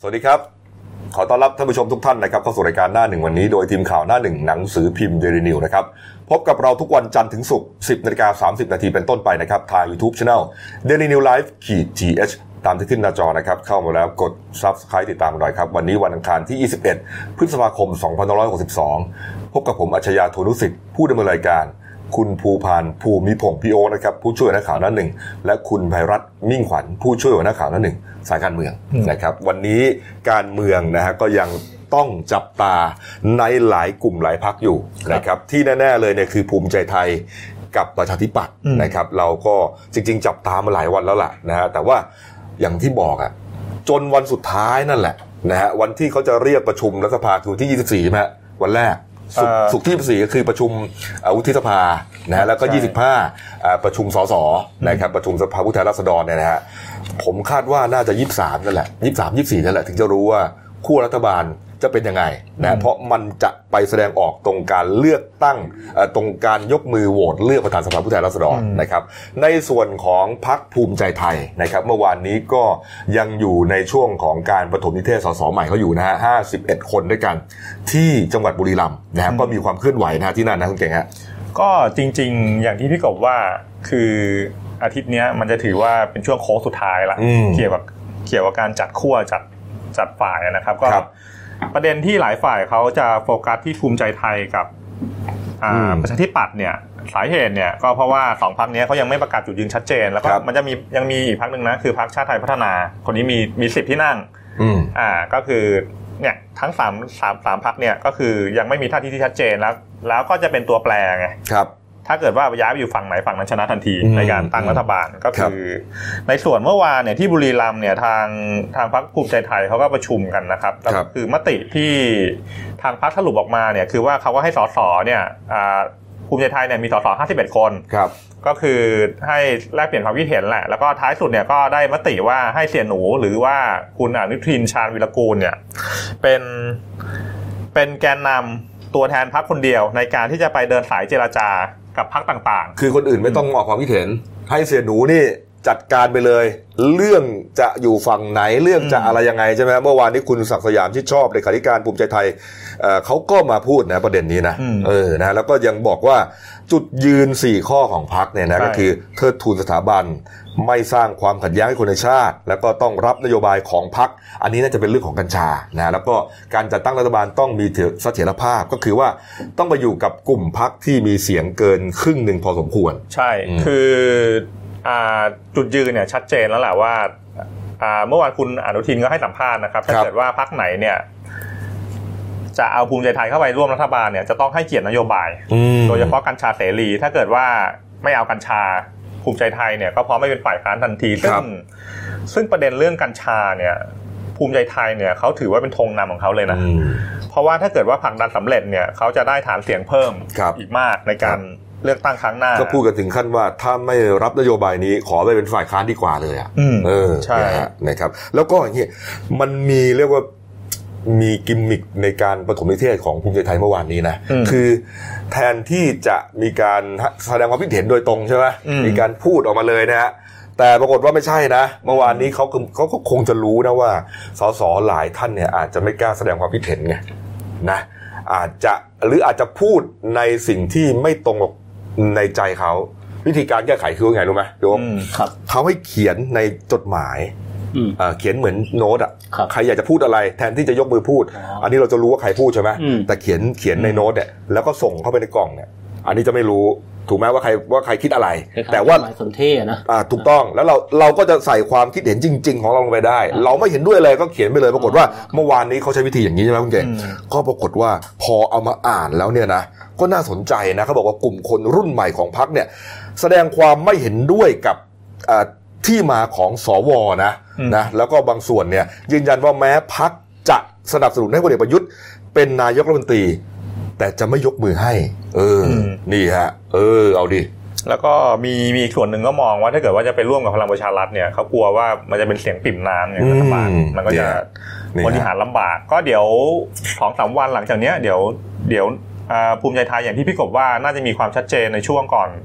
สวัสดีครับขอต้อนรับท่านผู้ชมทุกท่านนะครับเข้าสู่รายการหน้าหนึ่งวันนี้โดยทีมข่าวหน้าหนึ่งหนังสือพิมพ์ Daily News นะครับพบกับเราทุกวันจันทร์ถึงศุกร์ 10:30 น.เป็นต้นไปนะครับทาง YouTube Channel Daily News Live-th ตามที่ขึ้นหน้าจอนะครับเข้ามาแล้วกด Subscribe ติดตามหน่อยครับวันนี้วันอังคารที่21พฤษภาคม2562พบกับผมอัจฉริยะ โทนุสิทธิ์ผู้ดำเนินรายการคุณภูพานภูมิพงษ์พี่โอนะครับผู้ช่วยนักข่าวหน้าหนึ่งและคุณไพรัตน์มิ่งขวัญผู้ช่วยนักข่าวหน้าหนึ่งสายการเมืองนะครับวันนี้การเมืองนะฮะก็ยังต้องจับตาในหลายกลุ่มหลายพรรคอยู่นะครับที่แน่ๆเลยเนี่ยคือภูมิใจไทยกับประชาธิปัตย์นะครับเราก็จริงๆจับตามาหลายวันแล้วล่ะนะฮะแต่ว่าอย่างที่บอกอ่ะจนวันสุดท้ายนั่นแหละนะฮะวันที่เขาจะเรียกประชุมรัฐสภาคือที่24ใช่มั้ยวันแรกศุกร์ที่24ก็คือประชุมวุฒิสภานะฮะแล้วก็25ประชุมสสนะครับประชุมสภาผู้แทนราษฎรเนี่ยนะฮะผมคาดว่าน่าจะ23นั่นแหละ23-24นั่นแหละถึงจะรู้ว่าคู่รัฐบาลจะเป็นยังไงนะเพราะมันจะไปแสดงออกตรงการเลือกตั้งตรงการยกมือโหวตเลือกประธานสภาผู้แทนราษฎรนะครับในส่วนของพรรคภูมิใจไทยนะครับเมื่อวานนี้ก็ยังอยู่ในช่วงของการปฐมนิเทศสสใหม่เขาอยู่นะฮะ51คนด้วยกันที่จังหวัดบุรีรัมย์นะครับก็มีความเคลื่อนไหวนะที่นั่นนะคุณเก่งฮะก็จริงๆอย่างที่พี่กบว่าคืออาทิตย์นี้มันจะถือว่าเป็นช่วงโค้งสุดท้ายละเกี่ยวกับการจัดขั้วจัดฝ่ายนะครับก็ประเด็นที่หลายฝ่ายเขาจะโฟกัสที่ภูมิใจไทยกับประชาธิปัตย์เนี่ยสาเหตุเนี่ยก็เพราะว่า2พรรคนี้เขายังไม่ประกาศจุดยืนชัดเจนแล้วก็มันจะยังมีอีกพรรคนึงนะคือพรรคชาติไทยพัฒนาคนนี้มี10ที่นั่งก็คือเนี่ยทั้ง3พรรคเนี่ยก็คือยังไม่มีท่าทีที่ชัดเจนแล้วก็จะเป็นตัวแปรไงครับถ้าเกิดว่าย้ายไปอยู่ฝั่งไหนฝั่งนั้นชนะทันทีในการตั้งรัฐบาลก็คือในส่วนเมื่อวานเนี่ยที่บุรีรัมย์เนี่ยทางพรรคภูมิใจไทยเขาก็ประชุมกันนะครับคือมติที่ทางพรรคสรุปออกมาเนี่ยคือว่าเขาก็ให้สสเนี่ยภูมิใจไทยเนี่ยมีสส51คนก็คือให้แลกเปลี่ยนความคิดเห็นแหละแล้วก็ท้ายสุดเนี่ยก็ได้มติว่าให้เสี่ยหนูหรือว่าคุณอนุทินชาญวิรากูลเนี่ยเป็นแกนนำตัวแทนพรรคคนเดียวในการที่จะไปเดินสายเจรจากับพรรคต่างๆคือคนอื่นไม่ต้องออกความคิดเห็นให้เสี่ยหนูนี่จัดการไปเลยเรื่องจะอยู่ฝั่งไหนเรื่องจะอะไรยังไงใช่ไหมเมื่อวานนี้คุณศักดิ์สยามชิดชอบเลขาธิการภูมิใจไทยเขาก็มาพูดนะประเด็นนี้นะนะแล้วก็ยังบอกว่าจุดยืน4ข้อของพรรคเนี่ยนะก็คือเทิดทูนสถาบันไม่สร้างความขัดแย้งให้คนในชาติแล้วก็ต้องรับนโยบายของพรรคอันนี้น่าจะเป็นเรื่องของกัญชานะแล้วก็การจัดตั้งรัฐบาลต้องมีเสถียรภาพก็คือว่าต้องไปอยู่กับกลุ่มพรรคที่มีเสียงเกินครึ่งนึงพอสมควรใช่คือจุดยืนเนี่ยชัดเจนแล้วแหละว่าเมื่อวานคุณอนุทินก็ให้สัมภาษณ์นะครับถ้าเกิดว่าพรรคไหนเนี่ยจะเอาภูมิใจไทยเข้าไปร่วมรัฐบาลเนี่ยจะต้องให้เกียรตินโยบายโดยเฉพาะกัญชาเสรีถ้าเกิดว่าไม่เอากัญชาภูมิใจไทยเนี่ยก็พร้อมไม่เป็นฝ่ายค้านทันทีซึ่งประเด็นเรื่องกัญชาเนี่ยภูมิใจไทยเนี่ยเขาถือว่าเป็นธงนำของเขาเลยนะเพราะว่าถ้าเกิดว่าผลักดันสำเร็จเนี่ยเขาจะได้ฐานเสียงเพิ่มอีกมากในการเลือกตั้งครั้งหน้าก็พูดกันถึงขั้นว่าถ้าไม่รับนโยบายนี้ขอไปเป็นฝ่ายค้านดีกว่าเลยใช่นะครับแล้วก็อย่างนี้มันมีเรียกว่ามีกิมมิคในการปฐมนิเทศของภูมิใจไทยเมื่อวานนี้นะคือแทนที่จะมีการแสดงความคิดเห็นโดยตรงใช่ไหมมีการพูดออกมาเลยนะฮะแต่ปรากฏว่าไม่ใช่นะเมื่อวานนี้เขาก็คงจะรู้นะว่าสสหลายท่านเนี่ยอาจจะไม่กล้าแสดงความคิดเห็นไงนะอาจจะพูดในสิ่งที่ไม่ตรงกับในใจเขาวิธีการแก้ไขคือไงรู้ไหมโยมเขาให้เขียนในจดหมายเขียนเหมือนโน้ตอ่ะใครอยากจะพูดอะไรแทนที่จะยกมือพูดอันนี้เราจะรู้ว่าใครพูดใช่ไหมแต่เขียนในโน้ตเนี่ยแล้วก็ส่งเข้าไปในกล่องเนี่ยอันนี้จะไม่รู้ถูกไหมว่าใครคิดอะไรแต่ว่าสนเทศนะถูกต้องแล้วเราก็จะใส่ความคิดเห็นจริงๆของเราลงไปได้เราไม่เห็นด้วยอะไรก็เขียนไปเลยปรากฏว่าเมื่อวานนี้เขาใช้วิธีอย่างนี้ใช่ไหมคุณเก่งก็ปรากฏว่าพอเอามาอ่านแล้วเนี่ยนะก็น่าสนใจนะเขาบอกว่ากลุ่มคนรุ่นใหม่ของพรรคเนี่ยแสดงความไม่เห็นด้วยกับที่มาของสวนะแล้วก็บางส่วนเนี่ยยืนยันว่าแม้พรรคจะสนับสนุนให้พลเอกประยุทธ์เป็นนายกรัฐมนตรีแต่จะไม่ยกมือให้นี่ฮะเอาดิแล้วก็มีส่วนหนึ่งก็มองว่าถ้าเกิดว่าจะไปร่วมกับพลังประชารัฐเนี่ยเขากลัวว่ามันจะเป็นเสียงปิ่มน้ำเนี่ยรัฐบาลมันก็จะบริหารลำบากก็เดี๋ยว 2-3 วันหลังจากนี้เดี๋ยวภูมิใจไทยอย่างที่พี่กบว่าน่าจะมีความชัดเจนในช่วงก่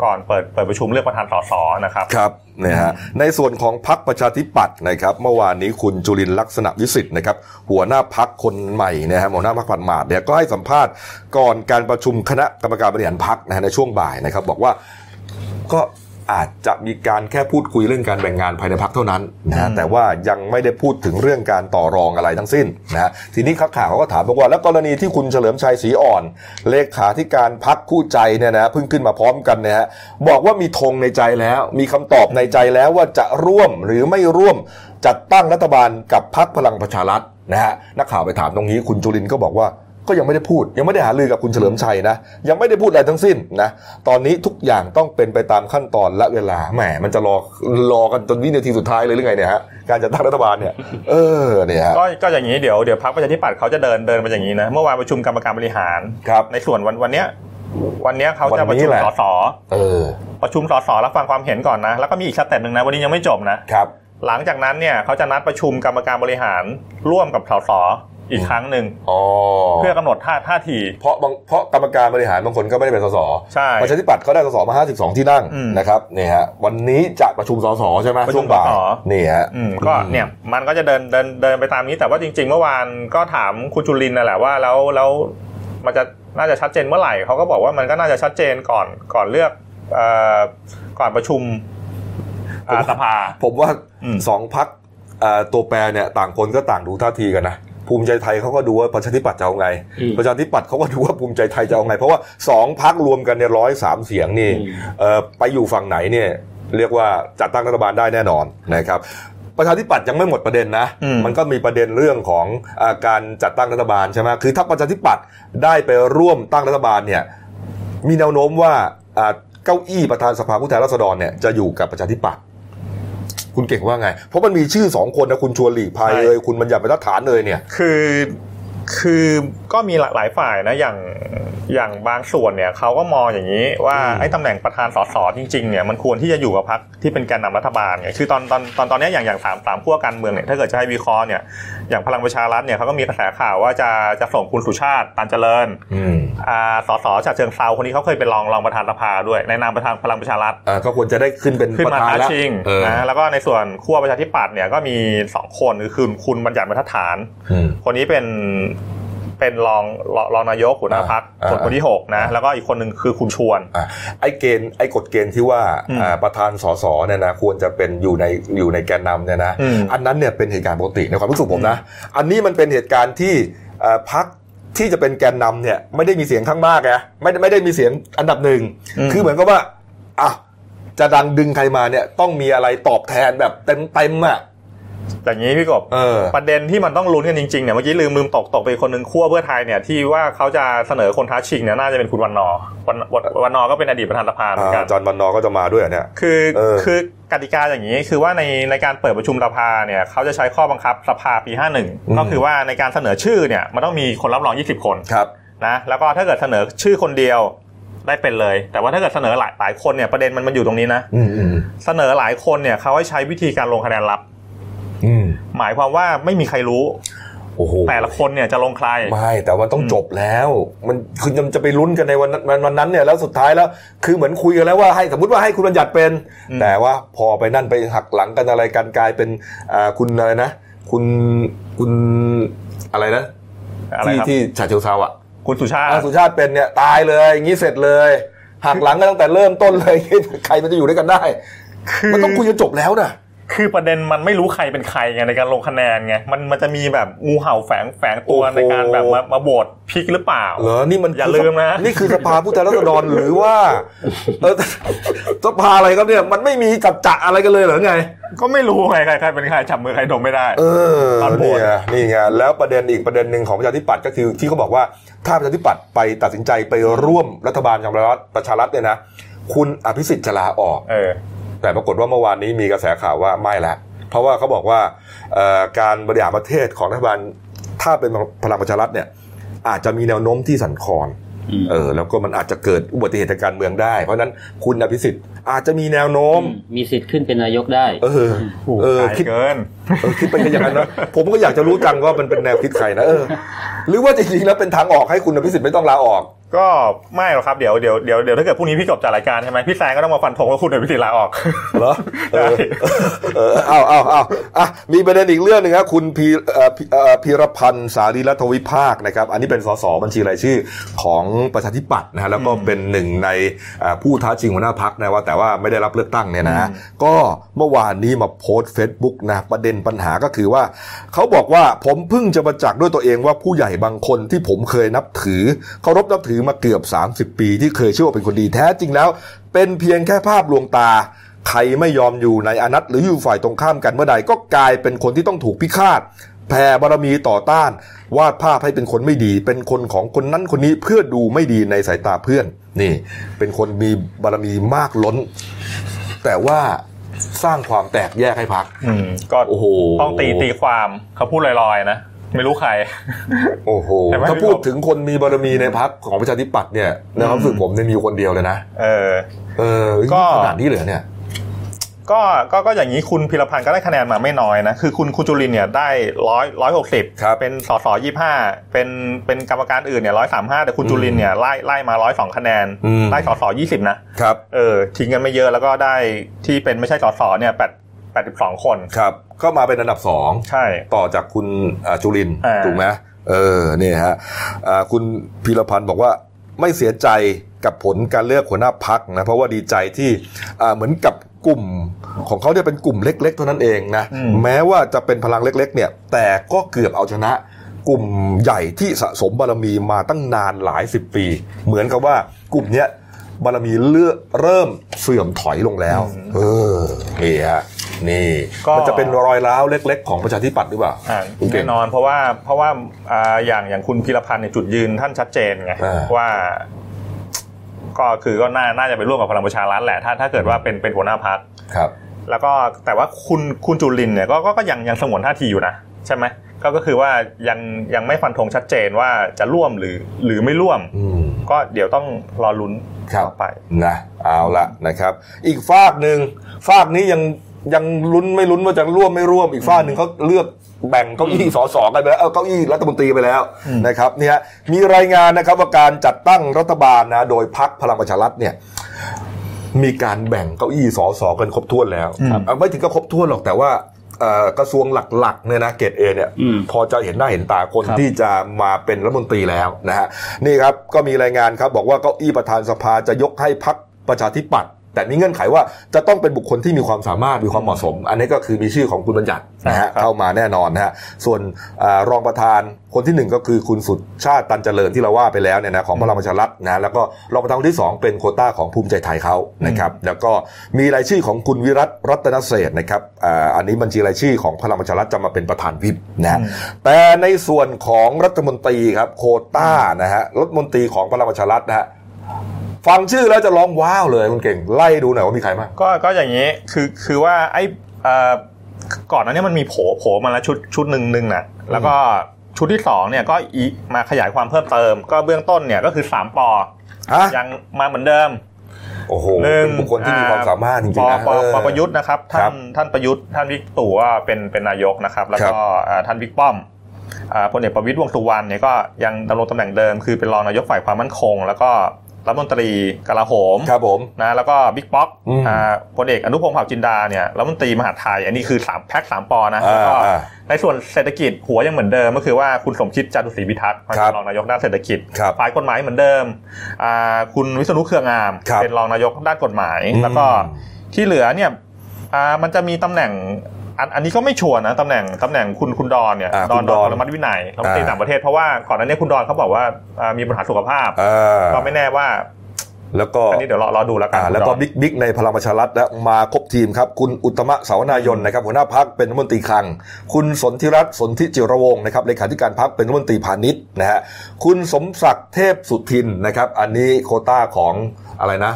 ก่อนเปิดประชุมเลือกประธานสสนะครับครับเนี่ยฮะในส่วนของพรรคประชาธิปัตย์นะครับเมื่อวานนี้คุณจุลินทร์ลักษณะวิสิทธิ์นะครับหัวหน้าพรรคคนใหม่นะฮะหัวหน้าพรรคหมาดๆเนี่ยก็ให้สัมภาษณ์ก่อนการประชุมคณะกรรมการบริหารพรรคนะฮะในช่วงบ่ายนะครับบอกว่าก็อาจจะมีการแค่พูดคุยเรื่องการแบ่งงานภายในพรรคเท่านั้นนะฮะแต่ว่ายังไม่ได้พูดถึงเรื่องการต่อรองอะไรทั้งสิ้นนะฮะทีนี้ข่าวเขาก็ถามบอกว่าแล้วกรณีที่คุณเฉลิมชัยศรีอ่อนเลขาธิการพรรคคู่ใจเนี่ยนะเพิ่งขึ้นมาพร้อมกันเนี่ยฮะบอกว่ามีธงในใจแล้วมีคำตอบในใจแล้วว่าจะร่วมหรือไม่ร่วมจัดตั้งรัฐบาลกับพรรคพลังประชารัฐนะฮะนักข่าวไปถามตรงนี้คุณจุลินทร์ก็บอกว่าก็ยังไม่ได้พูดยังไม่ได้หารือกับคุณเฉลิมชัยนะยังไม่ได้พูดอะไรทั้งสิ้นนะตอนนี้ทุกอย่างต้องเป็นไปตามขั้นตอนและเวลาแหมมันจะรอกันจนวินาทีสุดท้ายเลยหรือไงเนี่ยฮะการจัดตั้งรัฐบาลเนี่ยเนี่ยฮะก็อย่างนี้เดี๋ยวพรรคประชาธิปัตย์เขาจะเดินไปอย่างนี้นะเมื่อวานประชุมกรรมการบริหารในส่วนวันเนี้ยเขาจะประชุมสสประชุมสสรับฟังความเห็นก่อนนะแล้วก็มีอีกสเต็ปนึงนะวันนี้ยังไม่จบนะครับหลังจากนั้นเนี่ยเขาจะนัดประชุมกรรมการบริหารร่วมกับสสอีกครั้งหนึ่งเพื่อกำหนดท่าทีเพราะกรรมการบริหารบางคนก็ไม่ได้เป็นสสประชาธิปัตย์เขาได้สสมา52ที่นั่งนะครับเนี่ยฮะวันนี้จะประชุมสสใช่ไหมช่วงบ่ายนี่ฮะก็เนี่ยมันก็จะเดินไปตามนี้แต่ว่าจริงๆเมื่อวานก็ถามคุณจุลินทร์นั่นแหละว่าแล้วมันจะน่าจะชัดเจนเมื่อไหร่เขาก็บอกว่ามันก็น่าจะชัดเจนก่อนเลือกก่อนประชุมสภาผมว่า2พรรคตัวแปรเนี่ยต่างคนก็ต่างดูท่าทีกันนะภูมิใจไทยเขาก็ดูว่าประชาธิปัตย์จะเอาไงประชาธิปัตย์เขาก็ดูว่าภูมิใจไทยจะเอาไงเพราะว่า2พรรครวมกันเนี่ย103เสียงนี่ไปอยู่ฝั่งไหนเนี่ยเรียกว่าจัดตั้งรัฐบาลได้แน่นอนนะครับประชาธิปัตย์ยังไม่หมดประเด็นนะมันก็มีประเด็นเรื่องของการจัดตั้งรัฐบาลใช่ไหมคือถ้าประชาธิปัตย์ได้ไปร่วมตั้งรัฐบาลเนี่ยมีแนวโน้มว่าเก้าอี้ประธานสภาผู้แทนราษฎรเนี่ยจะอยู่กับประชาธิปัตย์คุณเก่งว่าไงเพราะมันมีชื่อ2คนนะคุณชวนหลีกภัยเลยคุณบัญญัติบรรทัดฐานเลยเนี่ยคือก็มีหลายฝ่ายนะอย่างบางส่วนเนี่ยเขาก็มองอย่างนี้ว่าไอ้ตำแหน่งประธานสสจริงๆเนี่ยมันควรที่จะอยู่กับพรรคที่เป็นแกนนำรัฐบาลไงคือตอนนี้อย่าง3ขั้วการเมืองเนี่ยถ้าเกิดจะให้วิเคราะห์เนี่ยอย่างพลังประชารัฐเนี่ยเขาก็มีกระแสข่าวว่าจะส่งคุณสุชาติตันเจริญสสจากเชิงเซาคนนี้เขาเคยเป็นรองประธานสภาด้วยในนามประธานพลังประชารัฐก็ควรจะได้ขึ้นเป็นประธานแล้วนะแล้วก็ในส่วนขั้วประชาธิปัตย์เนี่ยก็มี2คนคือคุณบัญญัติบรรทัดฐานคนนี้เป็นรองนายกหัวหน้าพรรคคนที่6นะแล้วก็อีกคนนึงคือคุณชวนไอ้กฎเกณฑ์ที่ว่าประธานสสเนี่ยนะควรจะเป็นอยู่ในแกนนำเนี่ยนะอันนั้นเนี่ยเป็นเหตุการณ์ปกติในความรู้สึกผมนะอันนี้มันเป็นเหตุการณ์ที่พรรคที่จะเป็นแกนนำเนี่ยไม่ได้มีเสียงข้างมากนะไม่ได้มีเสียงอันดับหนึ่งคือเหมือนกับว่าจะดังดึงใครมาเนี่ยต้องมีอะไรตอบแทนแบบเต็มอ่ะอย่างนี้พี่กบประเด็นที่มันต้องลุ้นกันจริงๆเนี่ยเมื่อกี้ลืมตกไปคนนึงขั้วเพื่อไทยเนี่ยที่ว่าเขาจะเสนอคนท้าชิงเนี่ยน่าจะเป็นคุณวันนอก็เป็นอดีตประธานสภาเหมือนกันจอห์นวันนอก็จะมาด้วยเนี่ยคือกติกาอย่างนี้คือว่าในการเปิดประชุมสภาเนี่ยเขาจะใช้ข้อบังคับสภาปี51ก็คือว่าในการเสนอชื่อเนี่ยมันต้องมีคนรับรอง20คนนะแล้วก็ถ้าเกิดเสนอชื่อคนเดียวได้เป็นเลยแต่ว่าถ้าเกิดเสนอหลายคนเนี่ยประเด็นมันอยู่ตรงนี้นะเสนอหลายคนเนี่ยเขาให้ใช้วิธีการลงคะแนนลับหมายความว่าไม่มีใครรู้แต่ละคนเนี่ยจะลงใครไม่แต่ว่าต้องจบแล้วมันคือจะไปลุ้นกันในวันนั้นเนี่ยแล้วสุดท้ายแล้วคือเหมือนคุยกันแล้วว่าให้สมมติว่าให้คุณบัญญัติเป็นแต่ว่าพอไปนั่นไปหักหลังกันอะไรกันกลายเป็นคุณอะไรนะคุณอะไรนะที่ฉะเชิงเทราอ่ะคุณสุชาติเป็นเนี่ยตายเลยอย่างนี้เสร็จเลยหักหลังกันตั้งแต่เริ่มต้นเลยใครมันจะอยู่ด้วยกันได้มันต้องคุยจนจบแล้วนะคือประเด็นมันไม่รู้ใครเป็นใครไงในการลงคะแนนไงมันจะมีแบบงูเห่าแฝงตัวในการแบบมาโหวตพลิกหรือเปล่าเหรอนี่มันอย่าลืมนะนี่คือสภาผู้แทนราษฎรหรือว่าสภาอะไรครับเนี่ยมันไม่มีจัดจะอะไรกันเลยเหรอไงก็ไม่รู้ไงใครเป็นใครจับมือใครดมไม่ได้ตอนโหวตนี่ไงแล้วประเด็นอีกประเด็นนึงของประชาธิปัตย์ก็คือที่เขาบอกว่าถ้าประชาธิปัตย์ไปตัดสินใจไปร่วมรัฐบาลกับประชารัฐเนี่ยนะคุณอภิสิทธิ์จะลาออกแต่ปรากฏว่าเมื่อวานนี้มีกระแสข่าวว่าไม่ละเพราะว่าเขาบอกว่าการบริหารประเทศของรัฐบาลถ้าเป็นพลังประชารัฐเนี่ยอาจจะมีแนวโน้มที่สั่นคลอนแล้วก็มันอาจจะเกิดอุบัติเหตุทางการเมืองได้เพราะนั้นคุณอภิสิทธิ์อาจจะมีแนวโน้มมีสิทธิ์ขึ้นเป็นนายกได้คิดเกินคิดไปอย่างนั้นนะผมก็อยากจะรู้จังว่ามันเป็นแนวคิดใครนะหรือว่าจริงๆแล้วเป็นทางออกให้คุณอภิสิทธิ์ไม่ต้องลาออกก็ไม่หรอกครับเดี๋ยวถ้าเกิดพรุ่งนี้พี่จบจากรายการใช่ไหมพี่แซงก็ต้องมาฟันธงว่าคุณอภิสิทธิ์ลาออกเหรอเอามีประเด็นอีกเรื่องนึงครับคุณพีรพันธ์สารีรัฐวิภาคนะครับอันนี้เป็นสสบัญชีรายชื่อของประชาธิปัตย์นะฮะแล้วก็เป็นหนึ่งในผู้ท้าชิงหัวหน้าพรรคนะว่าแต่ว่าไม่ได้รับเลือกตั้งเนี่ยนะก็เมื่อวานนี้มาโพสต์ Facebook นะประเด็นปัญหาก็คือว่าเขาบอกว่าผมเพิ่งจะประจักษ์ด้วยตัวเองว่าผู้ใหญ่บางคนที่ผมเคยนับถือเคารพนับถือมาเกือบ30ปีที่เคยเชื่อว่าเป็นคนดีแท้จริงแล้วเป็นเพียงแค่ภาพลวงตาใครไม่ยอมอยู่ในอนัตหรืออยู่ฝ่ายตรงข้ามกันเมื่อใดก็กลายเป็นคนที่ต้องถูกพิฆาตแผ่บารมีต่อต้านวาดภาพให้เป็นคนไม่ดีเป็นคนของคนนั้นคนนี้เพื่อดูไม่ดีในสายตาเพื่อนนี่เป็นคนมีบารมีมากล้นแต่ว่าสร้างความแตกแยกให้พรรคก็โอ้โหต้องตีความเขาพูดลอยๆนะไม่รู้ใครโอ้โหถ้าพูดถึงคนมีบารมีในพรรคของประชาธิปัตย์เนี่ยในความรู้สึกผมเนี่ยมีคนเดียวเลยนะก็ขนาดนี้เลยเนี่ยก็อย่างนี้คุณพิรพันธ์ก็ได้คะแนนมาไม่น้อยนะคือคุณจุลินเนี่ยได้160เป็นสส25เป็นกรรมการอื่นเนี่ย135แต่คุณจุลินเนี่ยไล่มา102คะแนนได้สส20นะครับทิ้งกันไม่เยอะแล้วก็ได้ที่เป็นไม่ใช่สสเนี่ย82คนครับก็มาเป็นอันดับ2 ใช่ต่อจากคุณจุลินถูกไหมนี่ฮะคุณพีรพันธ์บอกว่าไม่เสียใจกับผลการเลือกหัวหน้าพรรคนะเพราะว่าดีใจที่เหมือนกับกลุ่มของเขาเนี่ยเป็นกลุ่มเล็กๆเท่านั้นเองนะแม้ว่าจะเป็นพลังเล็กๆเนี่ยแต่ก็เกือบเอาชนะกลุ่มใหญ่ที่สะสมบารมีมาตั้งนานหลาย10ปีเหมือนกับว่ากลุ่มเนี้ยบารมีเริ่มเสื่อมถอยลงแล้วนี่ฮะนี่มันจะเป็นรอยร้าวเล็กๆของประชาธิปัตย์หรือเปล่าแน่นอนเพราะว่าอย่างคุณพีรพันธ์เนี่ยจุดยืนท่านชัดเจนไงว่าก็น่าจะไปร่วมกับพลังประชารัฐแหละถ้าเกิดว่าเป็นหัวหน้าพรรคครับแล้วก็แต่ว่าคุณจุลินเนี่ยก็ยังสงวนท่าทีอยู่นะใช่ไหมก็คือว่ายังไม่ฟันธงชัดเจนว่าจะร่วมหรือไม่ร่วมก็เดี๋ยวต้องรอลุ้นต่อไปนะเอาละนะครับอีกฝากนี้ยังลุ้นไม่ลุ้นว่าจะร่วมไม่ร่วมอีกฝากนึงเขาเลือกแบ่งเก้าอี้สสกันไปแล้วเก้าอี้รัฐมนตรีไปแล้วนะครับเนี่ยมีรายงานนะครับว่าการจัดตั้งรัฐบาลนะโดยพรรคพลังประชารัฐเนี่ยมีการแบ่งเก้าอี้สสกันครบถ้วนแล้วไม่ถึงกับครบถ้วนหรอกแต่ว่ากระทรวงหลักๆเนี่ยนะเกรด A เนี่ยพอจะเห็นหน้าเห็นตาคนที่จะมาเป็นรัฐมนตรีแล้วนะฮะนี่ครับก็มีรายงานครับบอกว่าเก้าอี้ประธานสภาจะยกให้พรรคประชาธิปัตย์แต่มีเงื่อนไขว่าจะต้องเป็นบุคคลที่มีความสามารถมีความเหมาะสมอันนี้ก็คือมีชื่อของคุณบัญญัตินะฮะเข้ามาแน่นอนนะฮะส่วนรองประธานคนที่1ก็คือคุณสุชาติตันเจริญที่เราว่าไปแล้วเนี่ยนะของพลังประชารัฐนะแล้วก็รองประธานคนที่2เป็นโควต้าของภูมิใจไทยเขานะครับแล้วก็มีรายชื่อของคุณวิรัตรัตนเศรษฐ์นะครับอันนี้บัญชีรายชื่อของพลังประชารัฐจะมาเป็นประธานวิปนะแต่ในส่วนของรัฐมนตรีครับโควต้านะฮะรัฐมนตรีของพลังประชารัฐนะฮะฟังชื่อแล้วจะร้องว้าวเลยคุณเก่งไล่ดูหน่อยว่ามีใครบ้างก็อย่างนี้คือว่าไอ้ก่อนหน้านี้มันมีโผล่มาแล้วชุดนึงนะแล้วก็ชุดที่2เนี่ยก็มาขยายความเพิ่มเติมก็เบื้องต้นเนี่ยก็คือ3ปยังมาเหมือนเดิมโอ้โหเป็นบุคคลที่มีความสามารถจริงๆนะปประยุทธ์นะครับท่านประยุทธ์ท่านบิ๊กตู่ว่าเป็นนายกนะครับแล้วก็ท่านบิ๊กป้อมพลเอกประวิตรวงษ์สุวรรณเนี่ยก็ยังดำรงตำแหน่งเดิมคือเป็นรองนายกฝ่ายความมั่นคงแล้วก็รัฐมนตรีกลาโหมครับผมนะแล้วก็บิ๊กป๊อกพลเอกอนุพงษ์เผ่าจินดาเนี่ยรัฐมนตรีมหาดไทยอันนี้คือ3แพ็ค3ปอนะแล้วก็ในส่วนเศรษฐกิจหัวยังเหมือนเดิมก็คือว่าคุณสมคิดจาตุศรีพิทักษ์เป็นรองนายกด้านเศรษฐกิจฝ่ายกฎหมายเหมือนเดิมคุณวิษณุเครืองามเป็นรองนายกด้านกฎหมายแล้วก็ที่เหลือเนี่ยมันจะมีตำแหน่งอันนี้ก็ไม่ชัวร์นะตำแหน่งคุณดอนเนี่ยดอนปรมัตถ์วินัยรัฐมนตรีต่างประเทศเพราะว่าก่อนหน้านี้คุณดอนเขาบอกว่ามีปัญหาสุขภาพก็ไม่แน่ว่าแล้วก็อันนี้เดี๋ยวรอดูแล้วกันแล้วก็บิ๊กในพลังประชารัฐนะมาครบทีมครับคุณอุตตมะสาวนายนนะครับหัวหน้าพรรคเป็นรัฐมนตรีคลังคุณสนธิรัตน์สนธิจิรวงศ์นะครับเลขาธิการพรรคเป็นรัฐมนตรีพาณิชย์นะฮะคุณสมศักดิ์เทพสุทินนะครับอันนี้โควต้าของอะไรนะ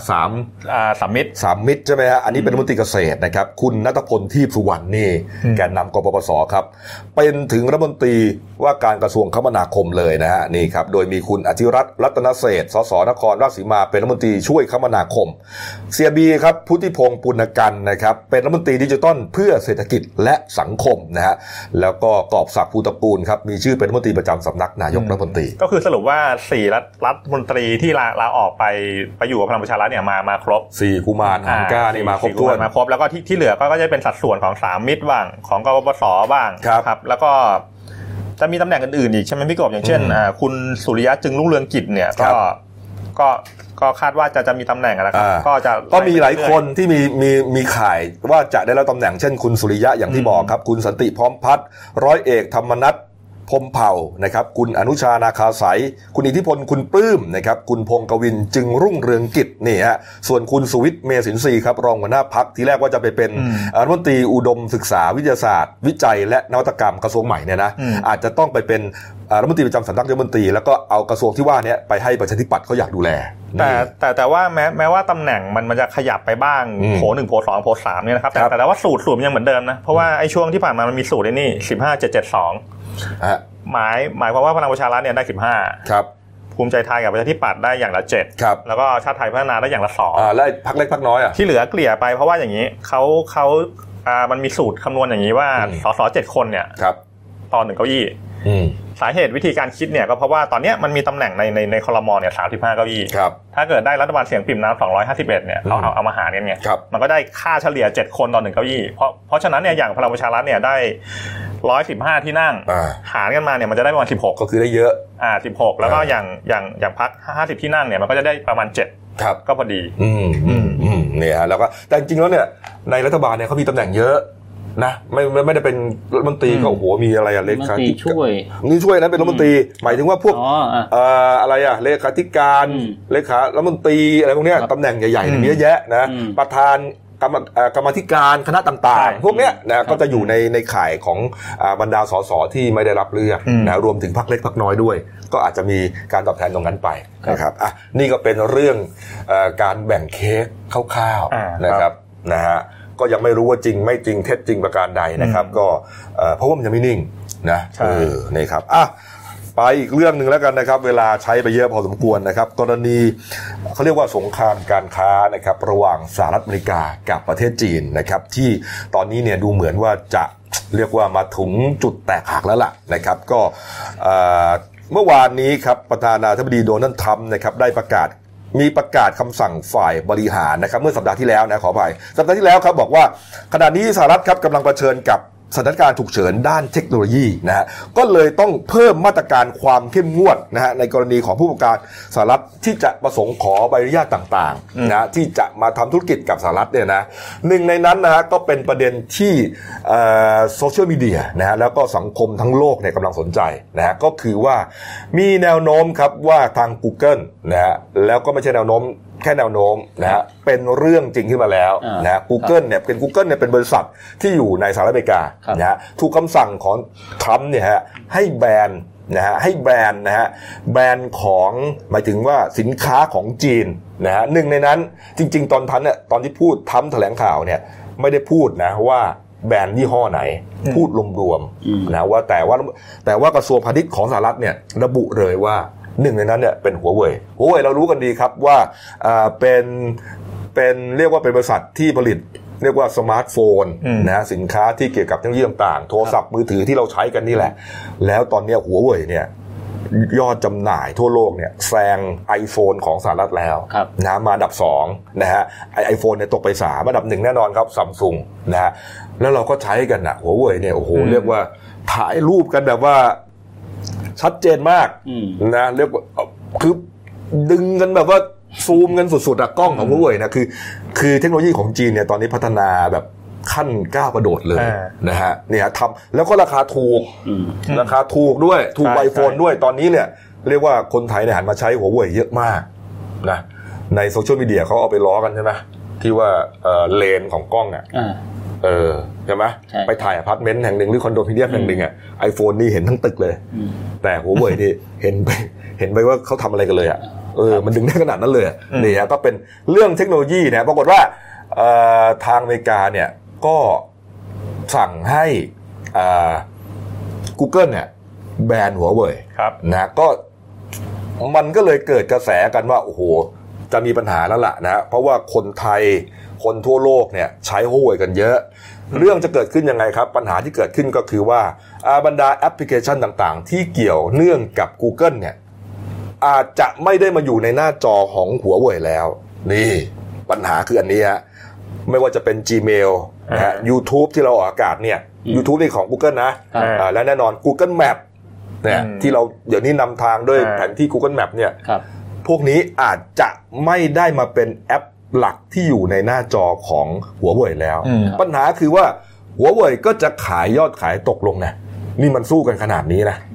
3มิตรใช่ไหมฮะอันนี้เป็นรัฐมนตรีเกษตรนะครับคุณณัฐพลทีพสุวรรณนี่แกนนำกปปสครับเป็นถึงรัฐมนตรีว่าการกระทรวงคมนาคมเลยนะฮะนี่ครับโดยมีคุณอธิรัตน์รัตนเศรษฐ์สสนครราชสีมาเป็นรัฐมนตรีตรีช่วยคมนาคมเสียบีครับพุทธิพงษ์ปุณกันนะครับเป็นรัฐมนตรีดิจิทัลเพื่อเศรษฐกิจและสังคมนะฮะแล้วก็กอบศักดิ์ภูตระกูลครับมีชื่อเป็นรัฐมนตรีประจำสำนักนายกรัฐมนตรีก็คือสรุปว่า4รัฐมนตรีที่ลาออกไปอยู่กับพลังประชารัฐเนี่ยมาครบ 4กุมารหางก้านี่มาครบถ้วนมาครบแล้วก็ที่เหลือก็จะเป็นสัดส่วนของ3มิตรบ้างของกปปสบ้างครับแล้วก็จะมีตำแหน่งอื่นๆอีกใช่ไหมพี่กบอย่างเช่นคุณสุริยะจึงรุ่งเรืองกิจเนี่ยก็คาดว่าจะมีตำแหน่งนะครับก็มีหลายคนที่มีข่ายว่าจะได้รับตำแหน่งเช่นคุณสุริยะอย่างที่บอกครับคุณสันติพร้อมพัฒน์ร้อยเอกธรรมนัสพรหมเผ่านะครับคุณอนุชานาคาสายคุณอิทธิพลคุณปลื้มนะครับคุณพงษ์กวินจึงรุ่งเรืองกิจนี่ฮะส่วนคุณสุวิทย์เมษินทรีย์ครับรองหัวหน้าพรรคที่แรกว่าจะไปเป็นรัฐมนตรีอุดมศึกษาวิทยาศาสตร์วิจัยและนวัตกรรมกระทรวงใหม่เนี่ยนะอาจจะต้องไปเป็นรัฐมนตรีประจำสำนักนายกรัฐมนตรีแล้วก็เอากระทรวงที่ว่านี้ไปให้ประชาธิปัตย์เขาอยากดูแลแต่ว่าแม้ว่าตำแหน่งมันจะขยับไปบ้างโผล่1โผล่2โผล่3เนี่ยนะครับแต่ว่าสูตรยังเหมือนเดิมนะเพราะว่าไอ้ช่วงที่ผ่านมามันมีสูตรนี่15-7-7-2หมายความว่าพลังประชารัฐเนี่ยได้15ครับภูมิใจไทยกับประชาธิปัตย์ได้อย่างละ7ครับแล้วก็ชาติไทยพัฒนาได้อย่างละ2 แล้วพรรคเล็กพรรคน้อยที่เหลือเกลี่ยไปเพราะว่าอย่างนี้เขามันมีสูตรคำนวณอย่างนี้ว่าสส7คนเนี่ยต่อ1เก้าอี้สาเหตุวิธีการคิดเนี่ยก็เพราะว่าตอนนี้มันมีตำแหน่งในครม.เนี่ย35เก้าอี้ถ้าเกิดได้รัฐบาลเสียงปริ่มน้ำ251เนี่ยเอามาหารกันเนี่ยมันก็ได้ค่าเฉลี่ย7คนต่อ1เก้าอี้เพราะฉะนั้นเนี่ยอย่างพลังประชารัฐเนี่ยได้115ที่นั่งหารกันมาเนี่ยมันจะได้ประมาณ16 ก็คือได้เยอะ 16แล้วก็อย่างพรรค50ที่นั่งเนี่ยมันก็จะได้ประมาณ7 ครับก็พอดีเนี่ยฮะแล้วก็แต่จริงๆแล้วเนี่ยในรัฐบาลเนี่ยเขามีตำแหน่งเยอะนะไม่ได้เป็นรัฐมนตรีก็โอ้โหมีอะไรเลขาธิการนี่ช่วยนะเป็นรัฐมนตรีหมายถึงว่าพวกอะไรเลขาธิการเลขารัฐมนตรีอะไรพวกเนี้ยตำแหน่งใหญ่ๆมีเยอะแยะนะประธานกรรมธิการคณะต่างๆพวกเนี้ยนะก็จะอยู่ในข่ายของบรรดาสสที่ไม่ได้รับเลือกนะรวมถึงพรรคเล็กพรรคน้อยด้วยก็อาจจะมีการตอบแทนตรงนั้นไปนะครับนี่ก็เป็นเรื่องการแบ่งเค้กคร่าวๆนะครับนะฮะก็ยังไม่รู้ว่าจริงไม่จริงเท็จจริงประการใดนะครับก็เพราะว่ามันยังไม่นิ่งนะนี่ครับไปอีกเรื่องนึงแล้วกันนะครับเวลาใช้ไปเยอะพอสมควรนะครับกรณีเขาเรียกว่าสงครามการค้านะครับระหว่างสหรัฐอเมริกากับประเทศจีนนะครับที่ตอนนี้เนี่ยดูเหมือนว่าจะเรียกว่ามาถึงจุดแตกหักแล้วล่ะนะครับก็เมื่อวานนี้ครับประธานาธิบดีโดนัลด์ทรัมป์นะครับได้ประกาศคำสั่งฝ่ายบริหารนะครับเมื่อสัปดาห์ที่แล้วนะขออภัยสัปดาห์ที่แล้วครับบอกว่าขณะนี้สหรัฐครับกำลังเผชิญกับสถานการณ์ฉุกเฉินด้านเทคโนโลยีนะฮะก็เลยต้องเพิ่มมาตรการความเข้มงวดนะฮะในกรณีของผู้ประกอบการสหรัฐที่จะประสงค์ขอใบอนุญาตต่างๆนะที่จะมาทำธุรกิจกับสหรัฐเนี่ยนะหนึ่งในนั้นนะฮะก็เป็นประเด็นที่โซเชียลมีเดียนะฮะแล้วก็สังคมทั้งโลกเนี่ยกำลังสนใจนะฮะก็คือว่ามีแนวโน้มครับว่าทาง Google นะฮะแล้วก็ไม่ใช่แนวโน้มแค่แนวโน้มนะฮะเป็นเรื่องจริงขึ้นมาแล้วนะ Google เนี่ยเป็นบริษัทที่อยู่ในสหรัฐอเมริกานะฮะถูกคำสั่งของทรัมป์เนี่ยฮะให้แบนของหมายถึงว่าสินค้าของจีนนะฮะหนึ่งในนั้นจริงๆตอนที่พูดทรัมป์แถลงข่าวเนี่ยไม่ได้พูดนะว่าแบนยี่ห้อไหนพูดรวมๆนะว่าแต่ว่ากระทรวงพาณิชย์ของสหรัฐเนี่ยระบุเลยว่าหนึ่งในนั้นเนี่ยเป็นหัวเว่ยเรารู้กันดีครับว่าเป็นเรียกว่าเป็นบริษัทที่ผลิตเรียกว่าสมาร์ทโฟนนะสินค้าที่เกี่ยวกับเทคโนโลยีต่างๆโทรศัพท์มือถือที่เราใช้กันนี่แหละแล้วตอนนี้หัวเว่ยเนี่ยยอดจำหน่ายทั่วโลกเนี่ยแซง iPhone ของสหรัฐแล้วนะมาอันดับ2นะฮะiPhone เนี่ยตกไป3อันดับ1แน่นอนครับ Samsung นะฮะแล้วเราก็ใช้กันหัวเว่ยเนี่ยโอ้โหเรียกว่าถ่ายรูปกันแบบว่าชัดเจนมากนะเรียกว่าคือดึงกันแบบว่าซูมกันสุดๆกล้องของหัวเว่ยนะคือเทคโนโลยีของจีนเนี่ยตอนนี้พัฒนาแบบขั้นก้าวกระโดดเลยนะฮะเนี่ยทำแล้วก็ราคาถูกด้วยถูกไอโฟนด้วยตอนนี้เนี่ยเรียกว่าคนไทยเนี่ยหันมาใช้หัวเว่ยเยอะมากนะในโซเชียลมีเดียเขาเอาไปล้อกันใช่ไหมที่ว่าเลนของกล้องใช่ไหมไปถ่ายอพาร์ตเมนต์แห่งหนึ่งหรือคอนโดมิเนียมแห่งหนึ่งไอโฟนนี่เห็นทั้งตึกเลยแต่หัวเว่ยนี่เห็นไปว่าเขาทำอะไรกันเลยมันดึงได้ขนาดนั้นเลยนี่ฮะก็เป็นเรื่องเทคโนโลยีนะปรากฏว่าทางอเมริกาเนี่ยก็สั่งให้ Google เนี่ยแบนหัวเว่ยนะก็มันก็เลยเกิดกระแสกันว่าโอ้โหจะมีปัญหาแล้วล่ะนะเพราะว่าคนไทยคนทั่วโลกเนี่ยใช้หัวเว่ยกันเยอะเรื่องจะเกิดขึ้นยังไงครับปัญหาที่เกิดขึ้นก็คือว่าบรรดาแอปพลิเคชันต่างๆที่เกี่ยวเนื่องกับ Google เนี่ยอาจจะไม่ได้มาอยู่ในหน้าจอของหัวเว่ยแล้วนี่ปัญหาคืออันนี้ฮะไม่ว่าจะเป็น Gmail นะฮะ YouTube ที่เราออกอากาศเนี่ย YouTube นี่ของ Google นะและแน่นอน Google Map เนี่ยที่เราเดี๋ยวนี้นำทางด้วยแผนที่ Google Map เนี่ยพวกนี้อาจจะไม่ได้มาเป็นแอปหลักที่อยู่ในหน้าจอของหัวเว่ยแล้วปัญหาคือว่าหัวเว่ยก็จะขายยอดขายตกลงนะนี่มันสู้กันขนาดนี้นะ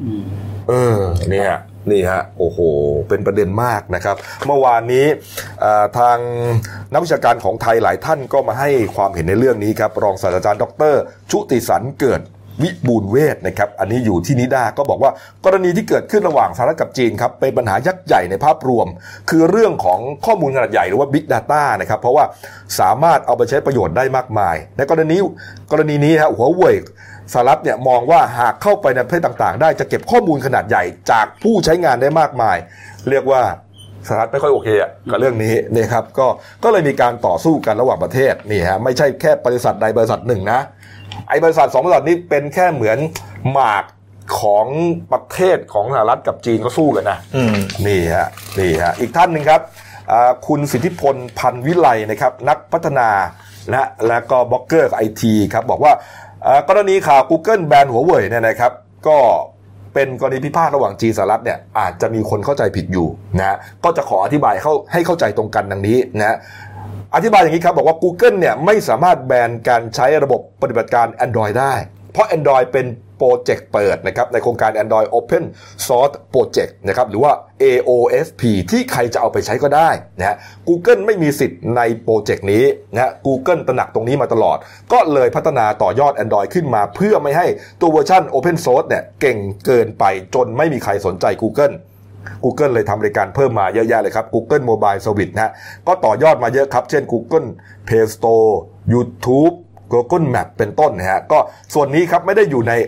นี่ฮะโอ้โหเป็นประเด็นมากนะครับเมื่อวานนี้ทางนักวิชาการของไทยหลายท่านก็มาให้ความเห็นในเรื่องนี้ครับรองศาสตราจารย์ดร.ชุติสันเกิดวิบูลย์เวชนะครับอันนี้อยู่ที่นิด้าก็บอกว่ากรณีที่เกิดขึ้นระหว่างสหรัฐกับจีนครับเป็นปัญหายักษ์ใหญ่ในภาพรวมคือเรื่องของข้อมูลขนาดใหญ่หรือว่า Big Data นะครับเพราะว่าสามารถเอาไปใช้ประโยชน์ได้มากมายในกรณีนี้ฮะหัวเว่ยสหรัฐเนี่ยมองว่าหากเข้าไปในประเทศต่างๆได้จะเก็บข้อมูลขนาดใหญ่จากผู้ใช้งานได้มากมายเรียกว่าสหรัฐไม่ค่อยโอเคกับเรื่องนี้นะครับก็เลยมีการต่อสู้กันระหว่างประเทศนี่ฮะไม่ใช่แค่บริษัทใดบริษัทหนึ่งนะไอ้บริษัท2บริษัทนี้เป็นแค่เหมือนหมากของประเทศของสหรัฐกับจีนก็สู้กันนะนี่ฮะอีกท่านหนึ่งครับคุณสิทธิพลพันวิไลนะครับนักพัฒนาและก็บล็อกเกอร์ไอทีครับบอกว่ากรณีข่าว Google แบนหัวเว่ยเนี่ยนะครับก็เป็นกรณีพิพาทระหว่างจีนสหรัฐเนี่ยอาจจะมีคนเข้าใจผิดอยู่นะก็จะขออธิบายให้เข้าใจตรงกันดังนี้นะอธิบายอย่างนี้ครับบอกว่า Google เนี่ยไม่สามารถแบนการใช้ระบบปฏิบัติการ Android ได้เพราะ Android เป็นโปรเจกต์เปิดนะครับในโครงการ Android Open Source Project นะครับหรือว่า AOSP ที่ใครจะเอาไปใช้ก็ได้นะฮะ Google ไม่มีสิทธิ์ในโปรเจกต์นี้นะ Google ตระหนักตรงนี้มาตลอดก็เลยพัฒนาต่อยอด Android ขึ้นมาเพื่อไม่ให้ตัวเวอร์ชัน Open Source เนี่ยเก่งเกินไปจนไม่มีใครสนใจ Google เลยทำบริการเพิ่มมาเยอะแยะเลยครับ Google Mobile Service นะฮะก็ต่อยอดมาเยอะครับเช่น Google Play Store YouTube Google Map เป็นต้นนะฮะก็ส่วนนี้ครับไม่ได้อยู่ใน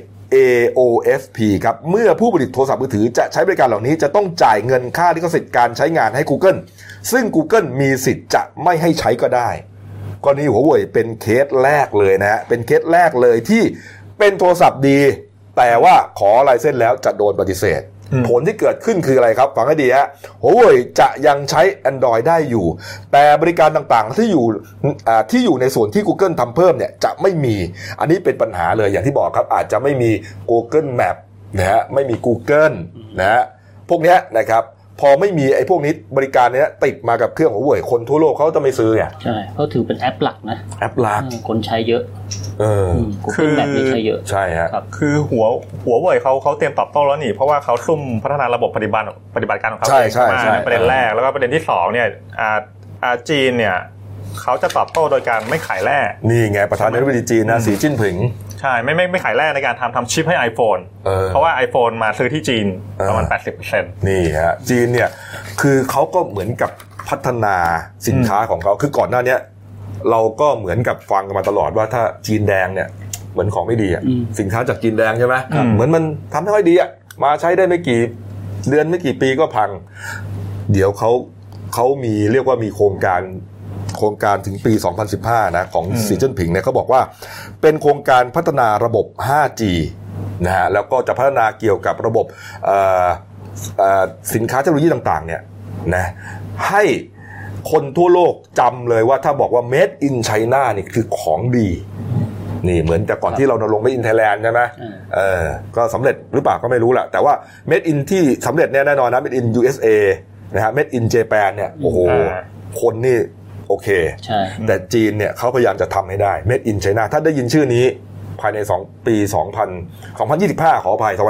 AOSP ครับเมื่อผู้ผลิตโทรศัพท์มือถือจะใช้บริการเหล่านี้จะต้องจ่ายเงินค่าลิขสิทธิ์การใช้งานให้ Google ซึ่ง Google มีสิทธิ์จะไม่ให้ใช้ก็ได้กรณีหัวเว่ยเป็นเคสแรกเลยนะฮะเป็นเคสแรกเลยที่เป็นโทรศัพท์ดีแต่ว่าขอไลเซนส์แล้วจะโดนปฏิเสธผลที่เกิดขึ้นคืออะไรครับฟังให้ดีฮะหัวเว่ยจะยังใช้ Android ได้อยู่แต่บริการต่างๆที่อยู่ในส่วนที่ Google ทำเพิ่มเนี่ยจะไม่มีอันนี้เป็นปัญหาเลยอย่างที่บอกครับอาจจะไม่มี Google Map นะฮะไม่มี Google นะฮะพวกนี้นะครับพอไม่มีไอ้พวกนี้บริการเนี้ยติดมากับเครื่องหัวเว่ยคนทั่วโลกเขาจะไม่ซื้อไงใช่เขาถือเป็นแอปหลักนะแอปหลักคนใช้เยอะคือแบบนี้ใช้เยอะใช่ฮะคือหัวเว่ยเขาเตรียมตอบโต้แล้วนี่เพราะว่าเขาซุ่มพัฒนาระบบปฏิบัติการของเขาเองมาประเด็นแรกแล้วก็ประเด็นที่2เนี่ยจีนเนี่ยเขาจะตอบโต้โดยการไม่ขายแร่นี่ไงประธานาธิบดีจีนนะสีจิ้นผิงใช่ไม่ขายแร่ในการทำชิปให้ iPhone เพราะว่า iPhone มาซื้อที่จีนประมาณ 80% นี่ฮะจีนเนี่ยคือเขาก็เหมือนกับพัฒนาสินค้าของเขาคือก่อนหน้านี้เราก็เหมือนกับฟังกันมาตลอดว่าถ้าจีนแดงเนี่ยเหมือนของไม่ดีอ่ะสินค้าจากจีนแดงใช่ไหมเหมือนมันทำไม่ค่อยดีอ่ะมาใช้ได้ไม่กี่เดือนไม่กี่ปีก็พังเดี๋ยวเขามีเรียกว่ามีโครงการถึงปี 2015 นะของสีจิ้นผิงเนี่ยเขาบอกว่าเป็นโครงการพัฒนาระบบ 5G นะฮะแล้วก็จะพัฒนาเกี่ยวกับระบบสินค้าเทคโนโลยีต่างๆเนี่ยนะให้คนทั่วโลกจำเลยว่าถ้าบอกว่า Made in China นี่คือของดีนี่เหมือนแต่ก่อนที่เราลง Made in Thailand ใช่ไหมก็สำเร็จหรือเปล่าก็ไม่รู้แหละแต่ว่า Made in ที่สำเร็จแน่นอนนะ Made in USA นะฮะ Made in Japan เนี่ยโอ้โหคนนี่โอเคแต่จีนเนี่ยเขาพยายามจะทำให้ได้ Made in China ถ้าได้ยินชื่อนี้ภายใน2 ปี 2025ขออภัย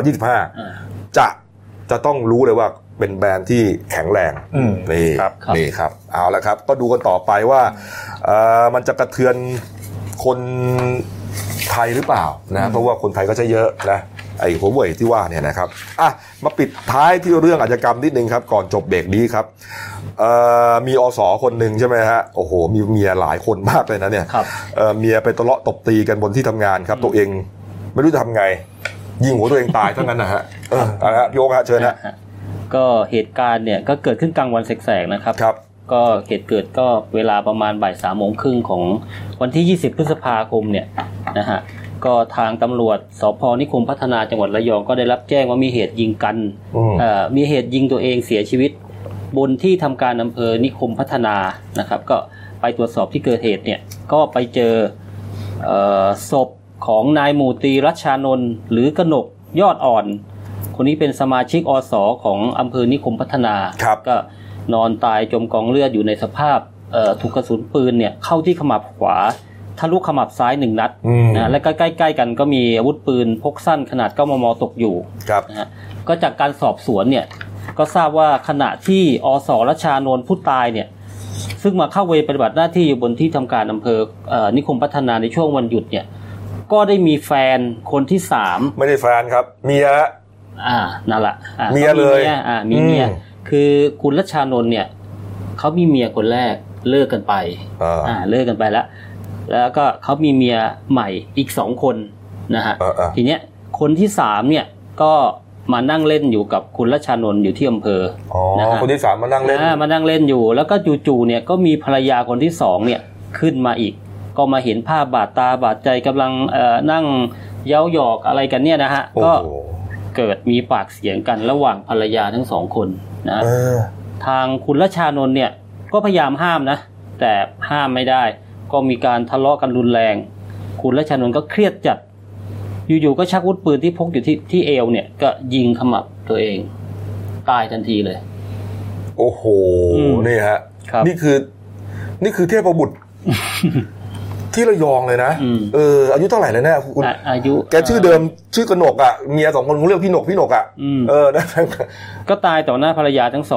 2025จะต้องรู้เลยว่าเป็นแบรนด์ที่แข็งแรงนี่ครับเอาละครับก็ดูกันต่อไปว่ามันจะกระเทือนคนไทยหรือเปล่านะเพราะว่าคนไทยก็ใช้เยอะนะไอ้หัวเว่ยที่ว่าเนี่ยนะครับมาปิดท้ายที่เรื่องอาชญากรรมนิดนึงครับก่อนจบเบรกนี้ครับมีอสคนหนึ่งใช่ไหมฮะโอ้โหมีเมียหลายคนมากเลยนะเนี่ยเมียไปทะเลาะตบตีกันบนที่ทำงานครับตัวเองไม่รู้จะทำไงยิงหัวตัวเองตายเท่านั้นนะฮะพี่โอ๊คฮะเชิญนะก็เหตุการณ์เนี่ยก็เกิดขึ้นกลางวันแสกๆนะครับก็เหตุเกิดก็เวลาประมาณบ่าย 3:30 น.ของวันที่20 พฤษภาคมเนี่ยนะฮะก็ทางตำรวจสภ.นิคมพัฒนาจังหวัดระยองก็ได้รับแจ้งว่ามีเหตุยิงกันมีเหตุยิงตัวเองเสียชีวิตบนที่ทำการอำเภอนิคมพัฒนานะครับก็ไปตรวจสอบที่เกิดเหตุเนี่ยก็ไปเจอศพของนายหมู่ตรีรัชชานนท์หรือกนกยอดอ่อนคนนี้เป็นสมาชิกอส.ของอำเภอนิคมพัฒนาก็นอนตายจมกองเลือดอยู่ในสภาพถูกกระสุนปืนเนี่ยเข้าที่ขมับขวาทะลุขมับซ้าย1 นัดนะและใกล้ๆกันก็มีอาวุธปืนพกสั้นขนาด 9 มม.ตกอยู่นะฮะก็จากการสอบสวนเนี่ยก็ทราบว่าขณะที่อส.รัชชานนท์ผู้ตายเนี่ยซึ่งมาเข้าเวรปฏิบัติหน้าที่อยู่บนที่ทำการอำเภอนิคมพัฒนาในช่วงวันหยุดเนี่ยก็ได้มีแฟนคนที่3 ไม่ได้แฟนครับเมียนั่นแหละเมียเลยมีเมียคือคุณรัชชานนท์เนี่ยเขามีเมียคนแรกเลิกกันไปเลิกกันไปแล้วก็เขามีเมียใหม่อีก2 คนนะฮะทีเนี้ยคนที่3เนี่ยก็มานั่งเล่นอยู่กับคุณรัชชานนท์อยู่ที่อำเภอนะฮะคนที่3มานั่งเล่นอยู่แล้วก็จู่ๆเนี่ยก็มีภรรยาคนที่2เนี่ยขึ้นมาอีกก็มาเห็นภาพบาดตาบาดใจกำลังนั่งเย้าหยอกอะไรกันเนี่ยนะฮะก็เกิดมีปากเสียงกันระหว่างภรรยาทั้ง2 คนนะทางคุณรัชชานนท์เนี่ยก็พยายามห้ามนะแต่ห้ามไม่ได้ก็มีการทะเลาะกันรุนแรงคุณรัชชานนท์ก็เครียดจัดอยู่ๆก็ชักอาวุธปืนที่พกอยู่ที่เอวเนี่ยก็ยิงขมับตัวเองตายทันทีเลยโอ้โหนี่ฮะนี่คือเทพบุตร ที่ระยองเลยนะอายุเท่าไหร่แล้วเนี่ยคุณอายุแกชื่อเดิมชื่อกนกอ่ะเมีย2 คนผมเรียกพี่นกอ่ะก็ตายต่อหน้าภรรยาทั้ง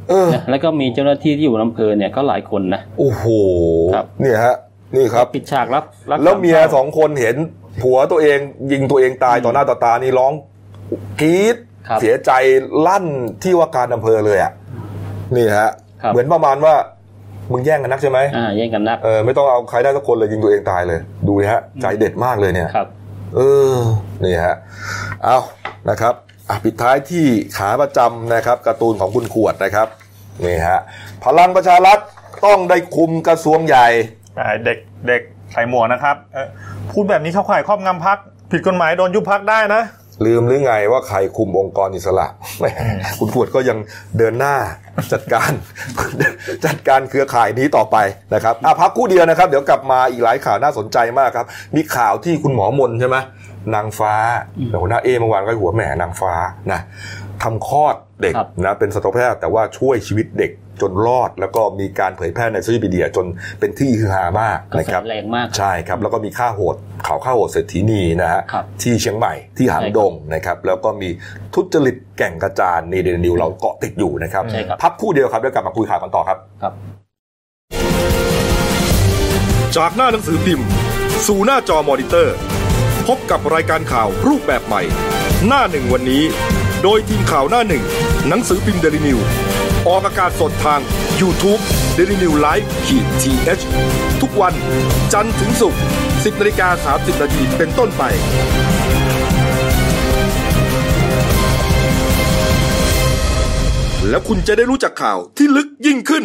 2แล้วก็มีเจ้าหน้าที่ที่อยู่อำเภอเนี่ยก็หลายคนนะโอ้โหนี่ฮะนี่ครับปิดฉากรับแล้วเมีย2 คนเห็นผัวตัวเองยิงตัวเองตายต่อหน้าต่อตานี่ร้องกรี๊ดเสียใจลั่นที่ว่าการอำเภอเลยอ่ะนี่ฮะเหมือนประมาณว่ามึงแย่งกันนักใช่ไหมแย่งกันนักไม่ต้องเอาใครได้สักคนเลยยิงตัวเองตายเลยดูฮะใจเด็ดมากเลยเนี่ยครับนี่ฮะเอานะครับปิดท้ายที่ขาประจำนะครับการ์ตูนของคุณขวดนะครับนี่ฮะพลังประชารัฐต้องได้คุมกระทรวงใหญ่เด็กใส่หมวกนะครับพูดแบบนี้เข้าข่ายครอบงำพรรคผิดกฎหมายโดนยุบพรรคได้นะลืมหรือไงว่าใครคุมองค์กรอิสระคุณขวดก็ยังเดินหน้าจัดการเครือข่ายนี้ต่อไปนะครับพักคู่เดียวนะครับเดี๋ยวกลับมาอีกหลายข่าวน่าสนใจมากครับมีข่าวที่คุณหมอมนใช่ไหมนางฟ้าหัวหน้าเมื่อวานก็หัวแหมนางฟ้านะทำคลอดเด็กนะเป็นสัตวแพทย์แต่ว่าช่วยชีวิตเด็กจนรอดแล้วก็มีการเผยแพร่ในโซเชียลมีเดียจนเป็นที่ฮือฮามากนะครับแรงมากใช่ครับแล้วก็มีข่าวฆ่าโหดเศรษฐีนีนะฮะที่เชียงใหม่ที่หางดงนะครับแล้วก็มีทุจริตแก่งกระจานนี่เดนิวเราเกาะติดอยู่นะครับพักคู่เดียวครับเดี๋ยวกลับมาคุยข่าวกันต่อครับจากหน้าหนังสือพิมพ์สู่หน้าจอมอนิเตอร์พบกับรายการข่าวรูปแบบใหม่หน้าหนึ่งวันนี้โดยทีมข่าวหน้าหนึ่งหนังสือพิมพ์เดลินิวออกอากาศสดทาง YouTube Daily Live-TH ทุกวันจันทร์ถึงศุกร์ 10:30 น.เป็นต้นไปแล้วคุณจะได้รู้จักข่าวที่ลึกยิ่งขึ้น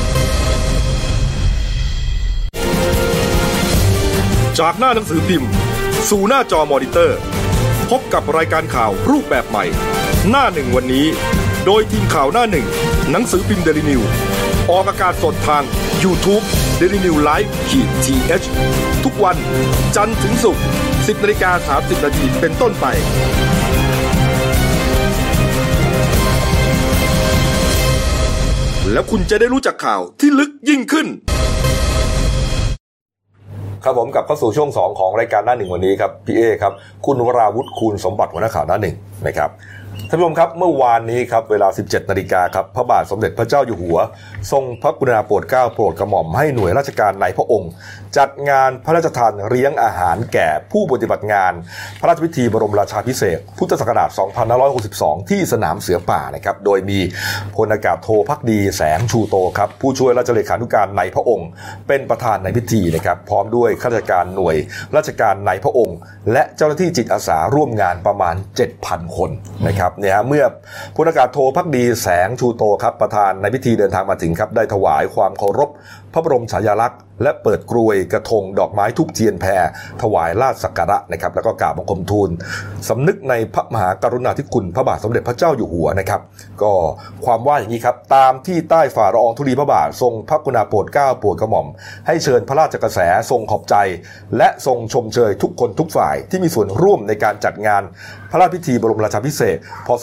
จากหน้าหนังสือพิมพ์สู่หน้าจอมอนิเตอร์พบกับรายการข่าวรูปแบบใหม่หน้าหนึ่งวันนี้โดยทีมข่าวหน้าหนึ่งหนังสือพิมพ์เดลินิวออกอากาศสดทาง YouTube Daily Live-TH ทุกวันจันทร์ถึงศุกร์ 10:30 น.เป็นต้นไปแล้วคุณจะได้รู้จักข่าวที่ลึกยิ่งขึ้นครับผมกลับเข้าสู่ช่วง2ของรายการหน้าหนึ่งวันนี้ครับพี่เอครับคุณวราวุฒิคูณสมบัติหัวหน้าข่าวหน้าหนึ่งนะครับท่านผู้ชมครับเมื่อวานนี้ครับเวลา 17:00 น.ครับพระบาทสมเด็จพระเจ้าอยู่หัวทรงพระกรุณาโปรดเกล้าโปรดกระหม่อมให้หน่วยราชการในพระองค์จัดงานพระราชทานเลี้ยงอาหารแก่ผู้ปฏิบัติงานพระราชพิธีบรมราชาภิเษกพุทธศักราช 2562 ที่สนามเสือป่านะครับโดยมีพลอากาศโทภักดีแสงชูโตครับผู้ช่วยราชเลขานุการในพระองค์เป็นประธานในพิธีนะครับพร้อมด้วยข้าราชการหน่วยราชการในพระองค์และเจ้าหน้าที่จิตอาสาร่วมงานประมาณ 7,000 คนนะครับครับเนี่ยเมื่อพลอากาศโทภักดีแสงชูโตครับประธานในพิธีเดินทางมาถึงครับได้ถวายความเคารพพระบรมฉายาลักษณ์และเปิดกรวยกระทงดอกไม้ทุบเทียนแพรถวายราชสักการะนะครับแล้วก็กราบบังคมทูลสำนึกในพระมหากรุณาธิคุณพระบาทสมเด็จพระเจ้าอยู่หัวนะครับก็ความว่าอย่างนี้ครับตามที่ใต้ฝ่าละอองธุลีพระบาททรงพระกรุณาโปรดเกล้าโปรดกระหม่อมให้เชิญพระราชกระแสทรงขอบใจและทรงชมเชยทุกคนทุกฝ่ายที่มีส่วนร่วมในการจัดงานพระราชพิธีบรมราชาภิเษกพ.ศ.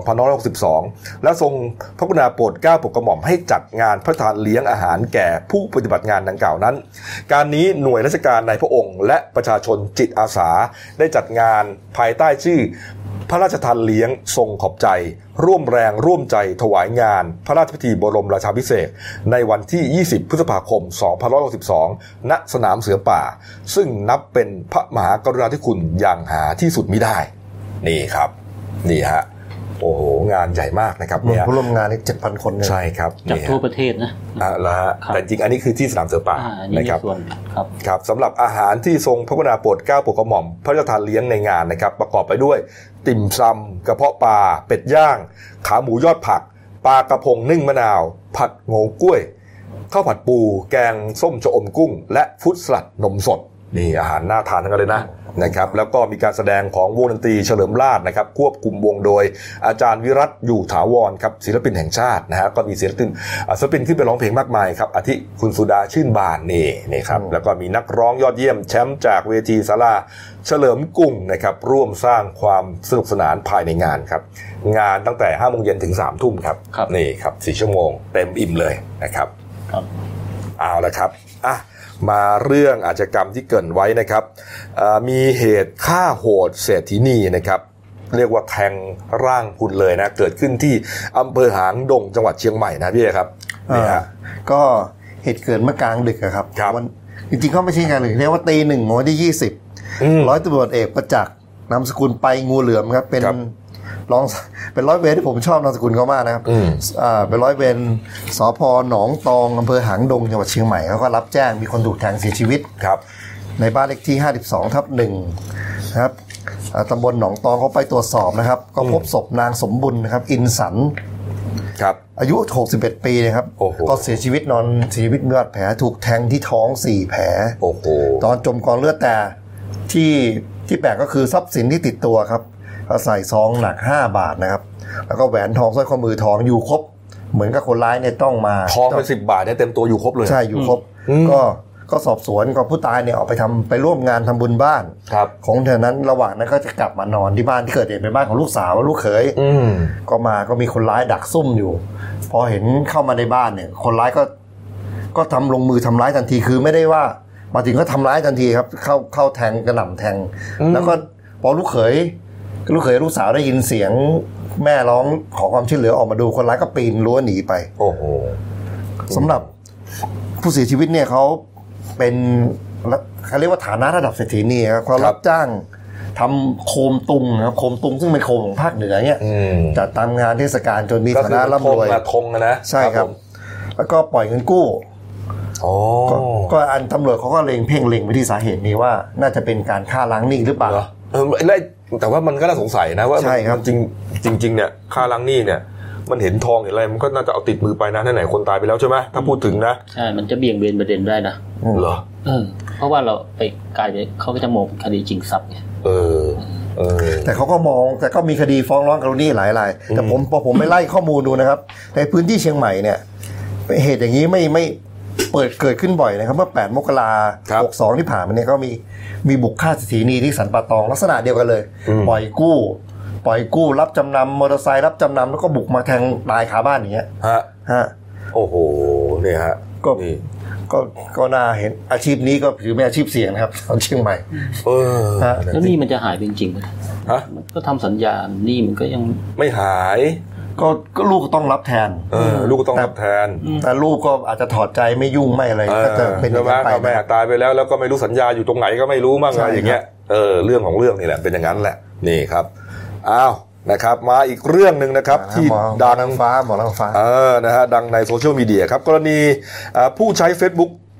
2562และทรงพระกรุณาโปรดเกล้าโปรดกระหม่อมให้จัดงานพระทานเลี้ยงอาหารแก่ผู้ปฏิบัติงานดังกล่าวนั้นการนี้หน่วยราชการในพระองค์และประชาชนจิตอาสาได้จัดงานภายใต้ชื่อพระราชทานเลี้ยงทรงขอบใจร่วมแรงร่วมใจถวายงานพระราชพิธีบรมราชาภิเษกในวันที่ 20 พฤษภาคม 2562 ณ สนามเสือป่าซึ่งนับเป็นพระมหากรุณาธิคุณอย่างหาที่สุดมิได้นี่ครับนี่ฮะโอ้โหงานใหญ่มากนะครับเนี่ยผู้ร่วมงานนี่ 7,000 คนใช่ครับจากทั่วประเทศนะแล้วฮะแต่จริงอันนี้คือที่สนามเสือป่านะครับครับสำหรับอาหารที่ทรงพระกรุณาโปรดเกล้าโปรดกระหม่อมพระราชทานเลี้ยงในงานนะครับประกอบไปด้วยติ่มซำกระเพาะปลาเป็ดย่างขาหมูยอดผักปลากระพงนึ่งมะนาวผัดโง่กล้วยข้าวผัดปูแกงส้มชะอมกุ้งและฟุตสลัดนมสดนี่อาหารน่าทานทั้งนั้นเลยนะครับแล้วก็มีการแสดงของวงดนตรีเฉลิมราชนะครับควบคุมวงโดยอาจารย์วิรัตอยู่ถาวรครับศิลปินแห่งชาตินะฮะก็มีศิลปินขึ้นไปร้องเพลงมากมายครับอาทิคุณสุดาชื่นบานนี่ครับแล้วก็มีนักร้องยอดเยี่ยมแชมป์จากเวทีศาลาเฉลิมกรุงนะครับร่วมสร้างความสนุกสนานภายในงานครับงานตั้งแต่ 5 โมงเย็นถึง 3 ทุ่มครับนี่ครับ4 ชั่วโมงเต็มอิ่มเลยนะครับเอาละครับมาเรื่องอาชญากรรมที่เกริ่นไว้นะครับมีเหตุฆ่าโหดเศรษฐินีนะครับเรียกว่าแทงร่างคุณเลยนะเกิดขึ้นที่อำเภอหางดงจังหวัดเชียงใหม่นะพี่ครับก็เหตุเกิดเมื่อกลางดึกครับวันจริงๆก็ไม่ใช่กลางดึกเรียกว่าตี 1 วันที่ 20ร้อยตำรวจเอกประจักษ์นามสกุลไปงูเหลือมครับเป็นร้อยเวรที่ผมชอบนามสกุลเขามากนะครับเป็นร้อยเวรสภ.หนองตองอำเภอหางดงจังหวัดเชียงใหม่เขาก็รับแจ้งมีคนถูกแทงเสียชีวิตครับในบ้านเลขที่ 52/1 นะครับตำบลหนองตองเขาไปตรวจสอบนะครับก็พบศพนางสมบุญนะครับอินสันครับอายุ61 ปีนะครับก็เสียชีวิตเสียชีวิตเลือดแผลถูกแทงที่ท้อง4 แผลตอนจมกองเลือดแต่ที่แปลกก็คือทรัพย์สินที่ติดตัวครับเขาใส่ซองหนัก5 บาทนะครับแล้วก็แหวนทองสร้อยข้อมือทองอยู่ครบเหมือนกับคนร้ายเนี่ยต้องมาทองเป็น10 บาทเนี่ยเต็มตัวอยู่ครบเลยใช่อยู่ครบก็สอบสวนก็ผู้ตายเนี่ยออกไปร่วมงานทำบุญบ้านของเธอนั้นระหว่างนั้นก็จะกลับมานอนที่บ้านที่เกิดเหตุเป็นบ้านของลูกสาวลูกเขยก็มีคนร้ายดักซุ่มอยู่พอเห็นเข้ามาในบ้านเนี่ยคนร้ายก็ทำลงมือทำร้ายทันทีคือไม่ได้ว่ามาถึงก็ทำร้ายทันทีครับเข้าแทงกระหน่ำแทงแล้วก็พอลูกเขยลูกสาวได้ยินเสียงแม่ร้องขอความช่วยเหลือออกมาดูคนร้ายก็ปีนรั้วหนีไปโอ้โหสำหรับผู้เสียชีวิตเนี่ยเขาเป็นเขาเรียกว่าฐานะระดับเศรษฐีนี่ครับเขารับจ้างทำโคมตุงนะครับโคมตุงซึ่งเป็นโคมของภาคเหนือเนี่ยจัดตามงานเทศกาลจนมีฐานะร่ำรวยทงนะใช่ครับแล้วก็ปล่อยเงินกู้ก็อันตำรวจเขาก็เล็งไปที่สาเหตุนี้ว่าน่าจะเป็นการฆ่าล้างหนี้หรือเปล่าแต่ว่ามันก็น่าสงสัยนะว่ามันจริงเนี่ยค่าล้างหนี้เนี่ยมันเห็นทองเห็นอะไรมันก็น่าจะเอาติดมือไปนะไหนคนตายไปแล้วใช่ไหมถ้าพูดถึงนะใช่มันจะเบี่ยงเบนประเด็นได้นะเหรอเพราะว่าเราไปกลายไปเขาก็จะมองคดีจริงทรัพย์ไงแต่เขาก็มองแต่ก็มีคดีฟ้องร้องกรณีหลายรายแต่ผมไปไล่ข้อมูลดูนะครับในพื้นที่เชียงใหม่เนี่ยเหตุอย่างนี้ไม่เกิดขึ้นบ่อยนะครับเมื่อ8 มกราคม 62ที่ผ่านมาเนี่ยก็มีบุกฆ่าเศรษฐีนีที่สันป่าตองลักษณะเดียวกันเลยปล่อยกู้รับจำนำมอเตอร์ไซค์รับจำนำแล้วก็บุกมาแทงตายคาบ้านอย่างเงี้ยฮะโอ้โหเนี่ยฮะก็น่าเห็นอาชีพนี้ก็ถือเป็นอาชีพเสี่ยงนะครับของเชียงใหม่แล้วนี่มันจะหายเป็นจริงไหมก็ทำสัญญานี่มันก็ยังไม่หายก็ลูกก็ต้องรับแทนลูกก็ต้องรับแทนแต่ลูกก็อาจจะถอดใจไม่ยุ่งไม่อะไรก็จะเป็นอย่างนั้นไปแม่ตายไปแล้วก็ไม่รู้สัญญาอยู่ตรงไหนก็ไม่รู้บ้างอะไรอย่างเงี้ยเรื่องของเรื่องนี่แหละเป็นอย่างนั้นแหละนี่ครับอ้าวนะครับมาอีกเรื่องนึงนะครับที่ดังหมอลังฟ้านะฮะดังในโซเชียลมีเดียครับกรณีผู้ใช้ Facebook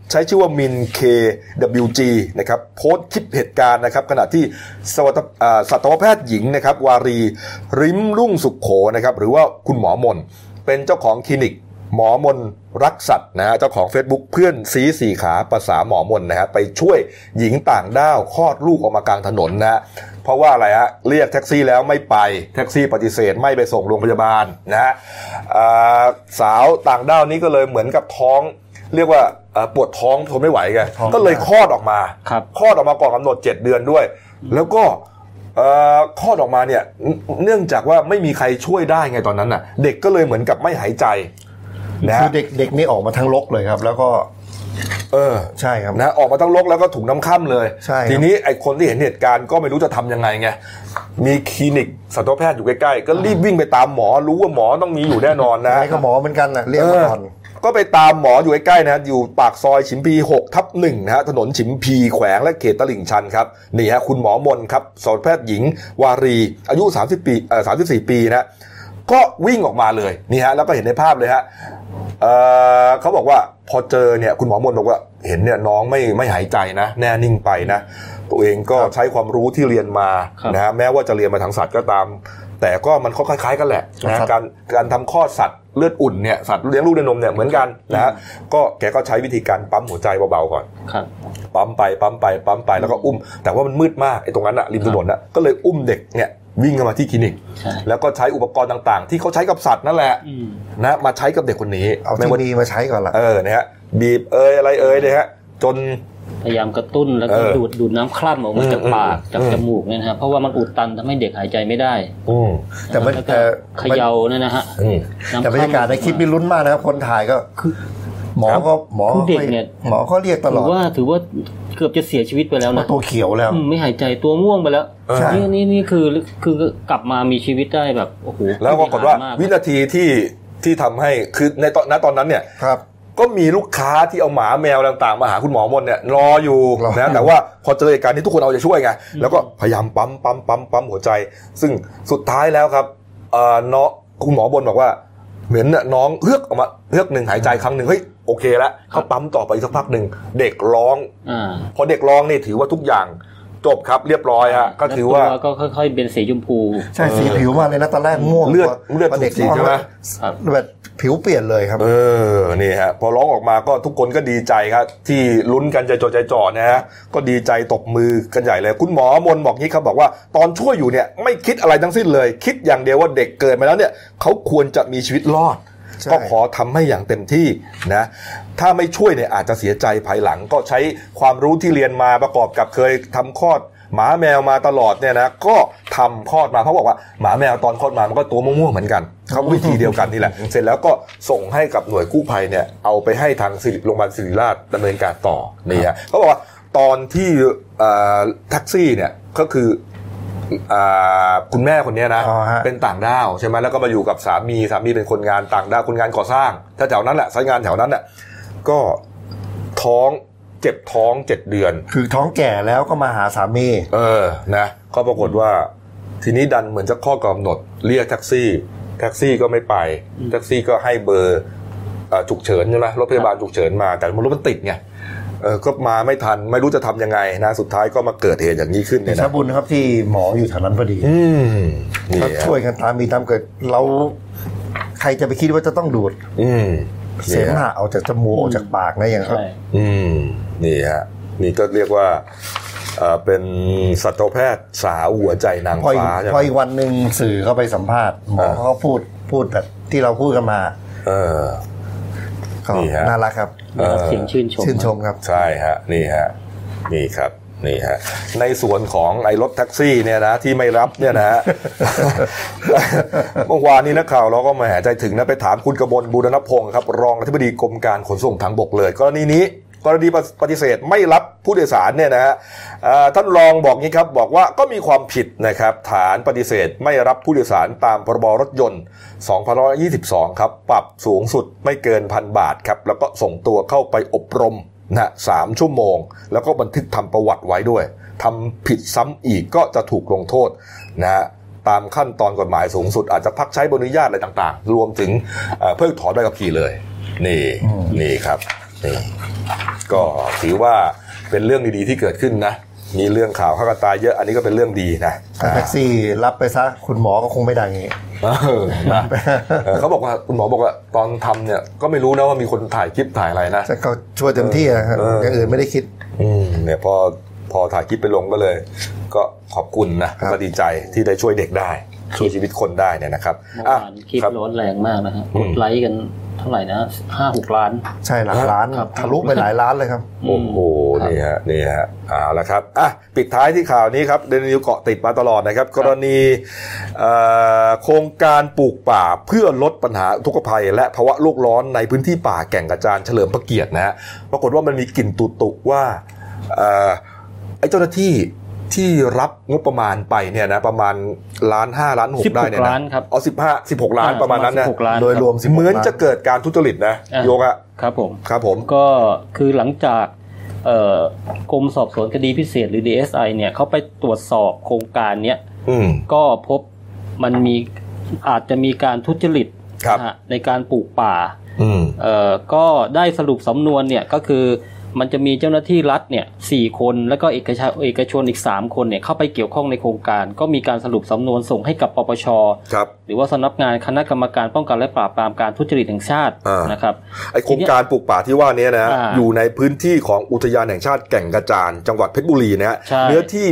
ใช้ชื่อว่ามิน KWG นะครับโพสต์คลิปเหตุการณ์นะครับขณะที่สัตวแพทย์หญิงนะครับวารีริมรุ่งสุขโขนะครับหรือว่าคุณหมอมนเป็นเจ้าของคลินิกหมอมนรักสัตว์นะฮะเจ้าของ Facebook เพื่อนซีสี่ขาภาษาหมอมนนะฮะไปช่วยหญิงต่างด้าวคลอดลูกออกมากลางถนนนะฮะเพราะว่าอะไรฮะเรียกแท็กซี่แล้วไม่ไปแท็กซี่ปฏิเสธไม่ไปส่งโรงพยาบาลนะฮะสาวต่างด้าวนี้ก็เลยเหมือนกับท้องเรียกว่าปวดท้องทนไม่ไหวไงก็เลยคลอดออกมาคลอดออกมาก่อนกำหนด7เดือนด้วยแล้วก็คลอดออกมาเนี่ยเนื่องจากว่าไม่มีใครช่วยได้ไงตอนนั้นน่ะเด็กก็เลยเหมือนกับไม่หายใจนะคือเด็กนี่ออกมาทั้งรกเลยครับแล้วก็ใช่ครับนะออกมาทั้งรกแล้วก็ถุงน้ำค่ำเลยทีนี้ไอ้คนที่เห็นเหตุการณ์ก็ไม่รู้จะทำยังไงไงมีคลินิกสัตวแพทย์อยู่ใกล้ๆก็รีบวิ่งไปตามหมอรู้ว่าหมอต้องมีอยู่แน่นอนนะก็หมอเหมือนกันนะเรียกมาก่อนก็ไปตามหมออยู่ใกล้ๆนะอยู่ปากซอยฉิมพี 6/1 นะฮะถนนฉิมพีแขวงและเขตตลิ่งชันครับนี่ฮะคุณหมอมนครับสัตวแพทย์หญิงวารีอายุ34 ปีนะก็วิ่งออกมาเลยนี่ฮะแล้วก็เห็นในภาพเลยฮะเขาบอกว่าพอเจอเนี่ยคุณหมอมนบอกว่าเห็นเนี่ยน้องไม่หายใจนะแน่นิ่งไปนะตัวเองก็ใช้ความรู้ที่เรียนมานะฮะแม้ว่าจะเรียนมาทางสัตว์ก็ตามแต่ก็มันคล้ายๆกันแหละนะการทำคลอดสัตว์เลือดอุ่นเนี่ยสัตว์เลี้ยงลูกด้วยนมเนี่ยเหมือนกันนะฮะก็แกก็ใช้วิธีการปั๊มหัวใจเบาๆก่อนปั๊มไปแล้วก็อุ้มแต่ว่ามันมืดมากไอ้ตรงนั้นอะริมถนนอะก็เลยอุ้มเด็กเนี่ยวิ่งเข้ามาที่คลินิกแล้วก็ใช้อุปกรณ์ต่างๆที่เขาใช้กับสัตว์นั่นแหละนะมาใช้กับเด็กคนนี้เอาที่ดีมาใช้ก่อนละนะฮะบีบอะไรเนี่ยฮะจนพยายามกระตุ้นแล้วก็ดูดน้ำคร่ำออกมาจากปากจากจมูกเนี่ยนะฮะเพราะว่ามันอุดตันทำให้เด็กหายใจไม่ได้แต่มันเขย่าเนี่ยนะฮะแต่บรรยากาศในคลิปนี่ลุ้นมากนะครับคนถ่ายก็คือหมอเด็กเนี่ยหมอก็เรียกตลอดถือว่าเกือบจะเสียชีวิตไปแล้วนะตัวเขียวแล้วไม่หายใจตัวม่วงไปแล้วนี่คือกลับมามีชีวิตได้แบบโอ้โหแล้วปรากฏว่าวินาทีที่ทำให้คือในตอนนั้นเนี่ยก็มีลูกค้าที่เอาหมาแมวต่างๆมาหาคุณหมอมนเนี่ยรออยู่นะแต่ว่าพอเจอเหตุการณ์นี้ทุกคนเอาใจช่วยไงแล้วก็พยายามปั๊มหัวใจซึ่งสุดท้ายแล้วครับน้องคุณหมอมนบอกว่าเหมือนน้องเฮือกออกมาเฮือกหนึ่งหายใจครั้งหนึ่งเฮ้ยโอเคแล้วเขาปั๊มต่อไปสักพักหนึ่งเด็กร้องพอเด็กร้องนี่ถือว่าทุกอย่างจบครับเรียบร้อยฮะก็ถือว่าก็ค่อยๆเป็นสีชมพูใช่สีผิวมาเลยนะตอนแรกม่วงเลือดเด็กสีใช่ไหมแบบผิวเปลี่ยนเลยครับนี่ฮะพอร้องออกมาก็ทุกคนก็ดีใจครับที่ลุ้นกันใจจดใจจ่อนะฮะก็ดีใจตบมือกันใหญ่เลยคุณหมอมนบอกงี้ครับบอกว่าตอนช่วยอยู่เนี่ยไม่คิดอะไรทั้งสิ้นเลยคิดอย่างเดียวว่าเด็กเกิดมาแล้วเนี่ยเขาควรจะมีชีวิตรอดก็ขอทำให้อย่างเต็มที่นะถ้าไม่ช่วยเนี่ยอาจจะเสียใจภายหลังก็ใช้ความรู้ที่เรียนมาประกอบกับเคยทำคลอดหมาแมวมาตลอดเนี่ยนะก็ทำคลอดมาเขาบอกว่าหมาแมวตอนคลอดมามันก็ตัวม่วงๆเหมือนกันเขาวิธีเดียวกันนี่แหละเสร็จแล้วก็ส่งให้กับหน่วยกู้ภัยเนี่ยเอาไปให้ทางโรงพยาบาลศิริราชดำเนินการต่อนี่ฮะเขาบอกว่าตอนที่แท็กซี่เนี่ยก็คือคุณแม่คนนี้นะเป็นต่างด้าวใช่ไหมแล้วก็มาอยู่กับสามีเป็นคนงานต่างด้าวคนงานก่อสร้างถ้าแถวนั้นแหละสายงานแถวนั้นน่ะก็เจ็บท้อง7เดือนคือท้องแก่แล้วก็มาหาสามีนะก็ปรากฏว่าทีนี้ดันเหมือนจะข้อกำหนดเรียกแท็กซี่ก็ไม่ไปแท็กซี่ก็ให้เบอร์ฉุกเฉินใช่ไหมรถพยาบาลฉุกเฉินมาแต่รถมันติดไงก็มาไม่ทันไม่รู้จะทำยังไงนะสุดท้ายก็มาเกิดเหตุอย่างนี้ขึ้นเนี่ยนะชาบุญนะครับที่หมออยู่แถวนั้นพอดีช่วยกันตามมีตามเกิดเราใครจะไปคิดว่าจะต้องดูดเสมหะออกจากจมูกออกจากปากนะอย่างครับนี่ฮะนี่ก็เรียกว่าเป็นสัตวแพทย์สาวหัวใจนางฟ้าใช่ไหมพออีกวันหนึ่งสื่อเข้าไปสัมภาษณ์หมอเขาพูดแบบที่เราพูดกันมาน่ารักครับเสียงชื่นชมครับใช่ฮะนี่ฮะนี่ครับนี่ฮะในส่วนของไอ้รถแท็กซี่เนี่ยนะที่ไม่รับเนี่ยนะฮะ เมื่อวานนี้นักข่าวเราก็มาใจถึงนะไปถามคุณกมลบูรณพงศ์ครับรองอธิบดีกรมการขนส่งทางบกเลยกรณีปฏิเสธไม่รับผู้โดยสารเนี่ยนะฮะท่านรองบอกงี้ครับบอกว่าก็มีความผิดนะครับฐานปฏิเสธไม่รับผู้โดยสารตามพรบรถยนต์2522ครับปรับสูงสุดไม่เกิน 1,000 บาทครับแล้วก็ส่งตัวเข้าไปอบรมนะ3 ชั่วโมงแล้วก็บันทึกทำประวัติไว้ด้วยทำผิดซ้ำอีกก็จะถูกลงโทษนะฮะตามขั้นตอนกฎหมายสูงสุดอาจจะพักใช้ใบอนุญาตอะไรต่างๆรวมถึงเพิกถอนใบขับขี่เลยนี่ครับนี่ก็ถือว่าเป็นเรื่องดีๆที่เกิดขึ้นนะมีเรื่องข่าวฆ่ากันตายเยอะอันนี้ก็เป็นเรื่องดีนะแท็กซี่รับไปซะคุณหมอก็คงไม่ดังอย่างนี้นะเขาบอกว่าคุณหมอบอกว่าตอนทำเนี่ยก็ไม่รู้นะว่ามีคนถ่ายคลิปถ่ายอะไรนะก็ช่วยเต็มที่นะครับอย่างอื่นไม่ได้คิดเนี่ยพอถ่ายคลิปไปลงก็เลยก็ขอบคุณนะก็ดีใจที่ได้ช่วยเด็กได้ช่วยชีวิตคนได้เนี่ยนะครับเมื่อวานคลิปร้อนแรงมากนะฮะกดไลค์กันเท่าไหร่นะ 5-6 ล้านใช่หลักล้านทะลุไปหลายล้านเลยครับโอ้โหนี่ฮะเอาละครับปิดท้ายที่ข่าวนี้ครับเดนิวเกาะติดมาตลอดนะครับกรณีโครงการปลูกป่าเพื่อลดปัญหาอุทกภัยและภาวะโลกร้อนในพื้นที่ป่าแก่งกระจานเฉลิมพระเกียรตินะฮะปรากฏว่ามันมีกลิ่นตุว่าไอ้เจ้าหน้าที่ที่รับงบประมาณไปเนี่ยนะประมาณ1.5 ล้านได้เนี่ยนะเอา16 ล้านประมาณนั้นนะโดยรวมเหมือนจะเกิดการทุจริตนะโยกะครับผมก็คือหลังจากกรมสอบสวนคดีพิเศษหรือ DSI เนี่ยเขาไปตรวจสอบโครงการเนี้ยก็พบมันอาจจะมีการทุจริตในการปลูกป่าก็ได้สรุปสำนวนเนี่ยก็คือมันจะมีเจ้าหน้าที่รัฐเนี่ย4 คนแล้วก็เอกชนอีก3 คนเนี่ยเข้าไปเกี่ยวข้องในโครงการก็มีการสรุปสำนวนส่งให้กับปปช.หรือว่าสำนักงานคณะกรรมการป้องกันและปราบปรามการทุจริตแห่งชาตินะครับไอโครงการปลูกป่าที่ว่านี้นะอยู่ในพื้นที่ของอุทยานแห่งชาติแก่งกระจานจังหวัดเพชรบุรีนะฮะเนื้อที่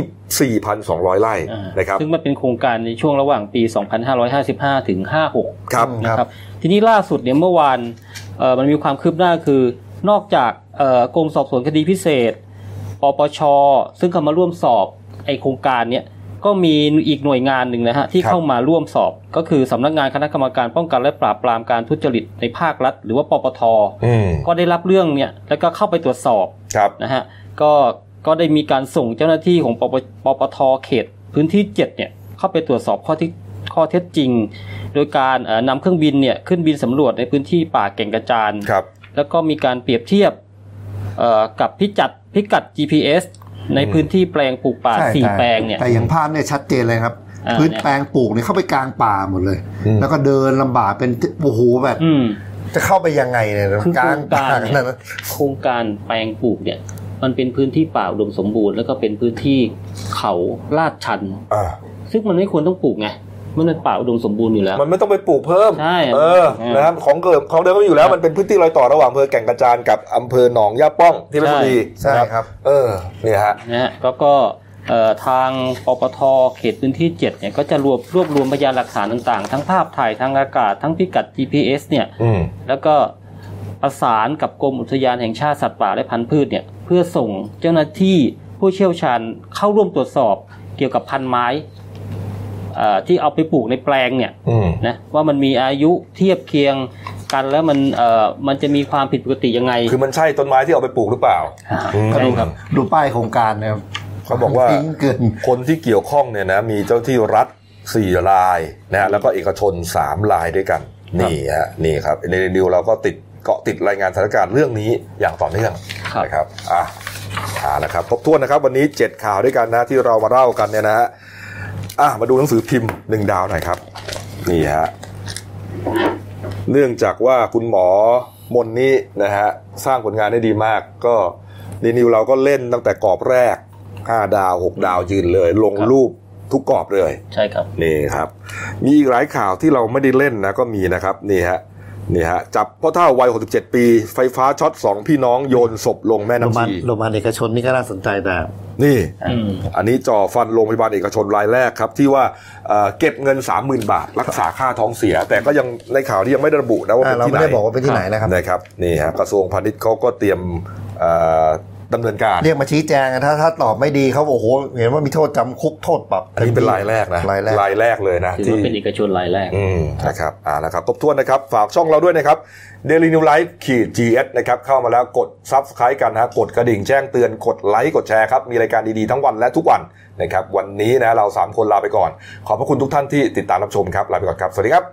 4,200 ไร่นะครับซึ่งมันเป็นโครงการในช่วงระหว่างปี 2555 ถึง 56นะครับทีนี้ล่าสุดเนี่ยเมื่อวานมันมีความคืบหน้าคือนอกจากกรมสอบสวนคดีพิเศษปปช.ซึ่งเข้ามาร่วมสอบไอโครงการเนี้ยก็มีอีกหน่วยงานหนึ่งนะฮะที่เข้ามาร่วมสอบก็คือสำนักงานคณะกรรมการป้องกันและปราบปรามการทุจริตในภาครัฐหรือว่าปปท.ก็ได้รับเรื่องเนี่ยแล้วก็เข้าไปตรวจสอบนะฮะก็ได้มีการส่งเจ้าหน้าที่ของปปท.เขตพื้นที่7เนี่ยเข้าไปตรวจสอบข้อเท็จจริงโดยการนำเครื่องบินเนี่ยขึ้นบินสำรวจในพื้นที่ป่าแก่งกระจานแล้วก็มีการเปรียบเทียบกับพิกัด GPS ในพื้นที่แปลงปลูกป่า4 แปลงเนี่ยแต่อย่างภาพเนี่ยชัดเจนเลยครับพื้นแปลงปลูกเนี่ยเข้าไปกลางป่าหมดเลยแล้วก็เดินลำบากเป็นโอ้โหแบบจะเข้าไปยังไงเนี่ยกลางป่านั่นนะโครงการแปลงปลูกเนี่ยมันเป็นพื้นที่ป่าอุดมสมบูรณ์แล้วก็เป็นพื้นที่เขาลาดชันซึ่งมันไม่ควรต้องปลูกไงมันเป็นป่าอุดมสมบูรณ์อยู่แล้วมันไม่ต้องไปปลูกเพิ่มใช่นะครับของเดิมก็อยู่แล้วมันเป็นพื้นที่รอยต่อระหว่างอำเภอแก่งกระจานกับอำเภอหนองย่าป้องที่เพชรบุรีใช่ครับนี่ฮะแล้วก็ทางปปท.เขตพื้นที่7เนี่ยก็จะรวบรวมพยานหลักฐานต่างๆทั้งภาพถ่ายทางอากาศทั้งพิกัด GPS เนี่ยแล้วก็ประสานกับกรมอุทยานแห่งชาติสัตว์ป่าและพันธุ์พืชเนี่ยเพื่อส่งเจ้าหน้าที่ผู้เชี่ยวชาญเข้าร่วมตรวจสอบเกี่ยวกับพันธุ์ไม้ที่เอาไปปลูกในแปลงเนี่ยนะว่ามันมีอายุเทียบเคียงกันแล้วมันจะมีความผิดปกติยังไงคือมันใช่ต้นไม้ที่เอาไปปลูกหรือเปล่าใช่ครับดูป้ายโครงการนะครับเขาบอกว่าคนที่เกี่ยวข้องเนี่ยนะมีเจ้าที่รัฐ4 รายนะแล้วก็เอกชน3 รายด้วยกันนี่ฮะนี่ครับในนิวเราก็เกาะติดรายงานสถานการณ์เรื่องนี้อย่างต่อเนื่องนะครับนะครับครบถ้วนนะครับวันนี้7 ข่าวด้วยกันนะที่เรามาเล่ากันเนี่ยนะฮะมาดูหนังสือพิมพ์1 ดาวหน่อยครับนี่ฮะเนื่องจากว่าคุณหมอมนนี้นะฮะสร้างผลงานได้ดีมากก็ในนิวเราก็เล่นตั้งแต่กรอบแรก5 ดาว6 ดาวยืนเลยลงรูปทุกกรอบเลยใช่ครับนี่ครับมีอีกหลายข่าวที่เราไม่ได้เล่นนะก็มีนะครับนี่ฮะจับพ่อเฒ่าวัย67 ปีไฟฟ้าช็อต2 พี่น้องโยนศพลงแม่น้ำชีโรงพยาบาลเอกชนนี่ก็น่าสนใจแต่นี่อันนี้จ่อฟันโรงพยาบาลเอกชนรายแรกครับที่ว่าเก็บเงิน 30,000 บาทรักษาค่าท้องเสียแต่ก็ยังในข่าวที่ยังไม่ได้ระบุนะว่าเป็นที่ไหนเราไม่ได้บอกว่าเป็นที่ไหนนะครับนี่ฮะกระทรวงพาณิชย์เขาก็เตรียมดำเนินการเรียกมาชี้แจงถ้าตอบไม่ดีเขาโอ้โหเห็นว่ามีโทษจำคุกโทษปรับอันนี้เป็นรายแรกนะรายแรกเลยนะที่เป็นเอกชนรายแรกนะครับนะครับครบถ้วนนะครับฝากช่องเราด้วยนะครับ Daily New Life -GS นะครับเข้ามาแล้วกด Subscribe กันนะกดกระดิ่งแจ้งเตือนกดไลค์กดแชร์ครับมีรายการดีๆทั้งวันและทุกวันนะครับวันนี้นะเรา3 คนลาไปก่อนขอบพระคุณทุกท่านที่ติดตามรับชมครับลาไปก่อนครับสวัสดีครับ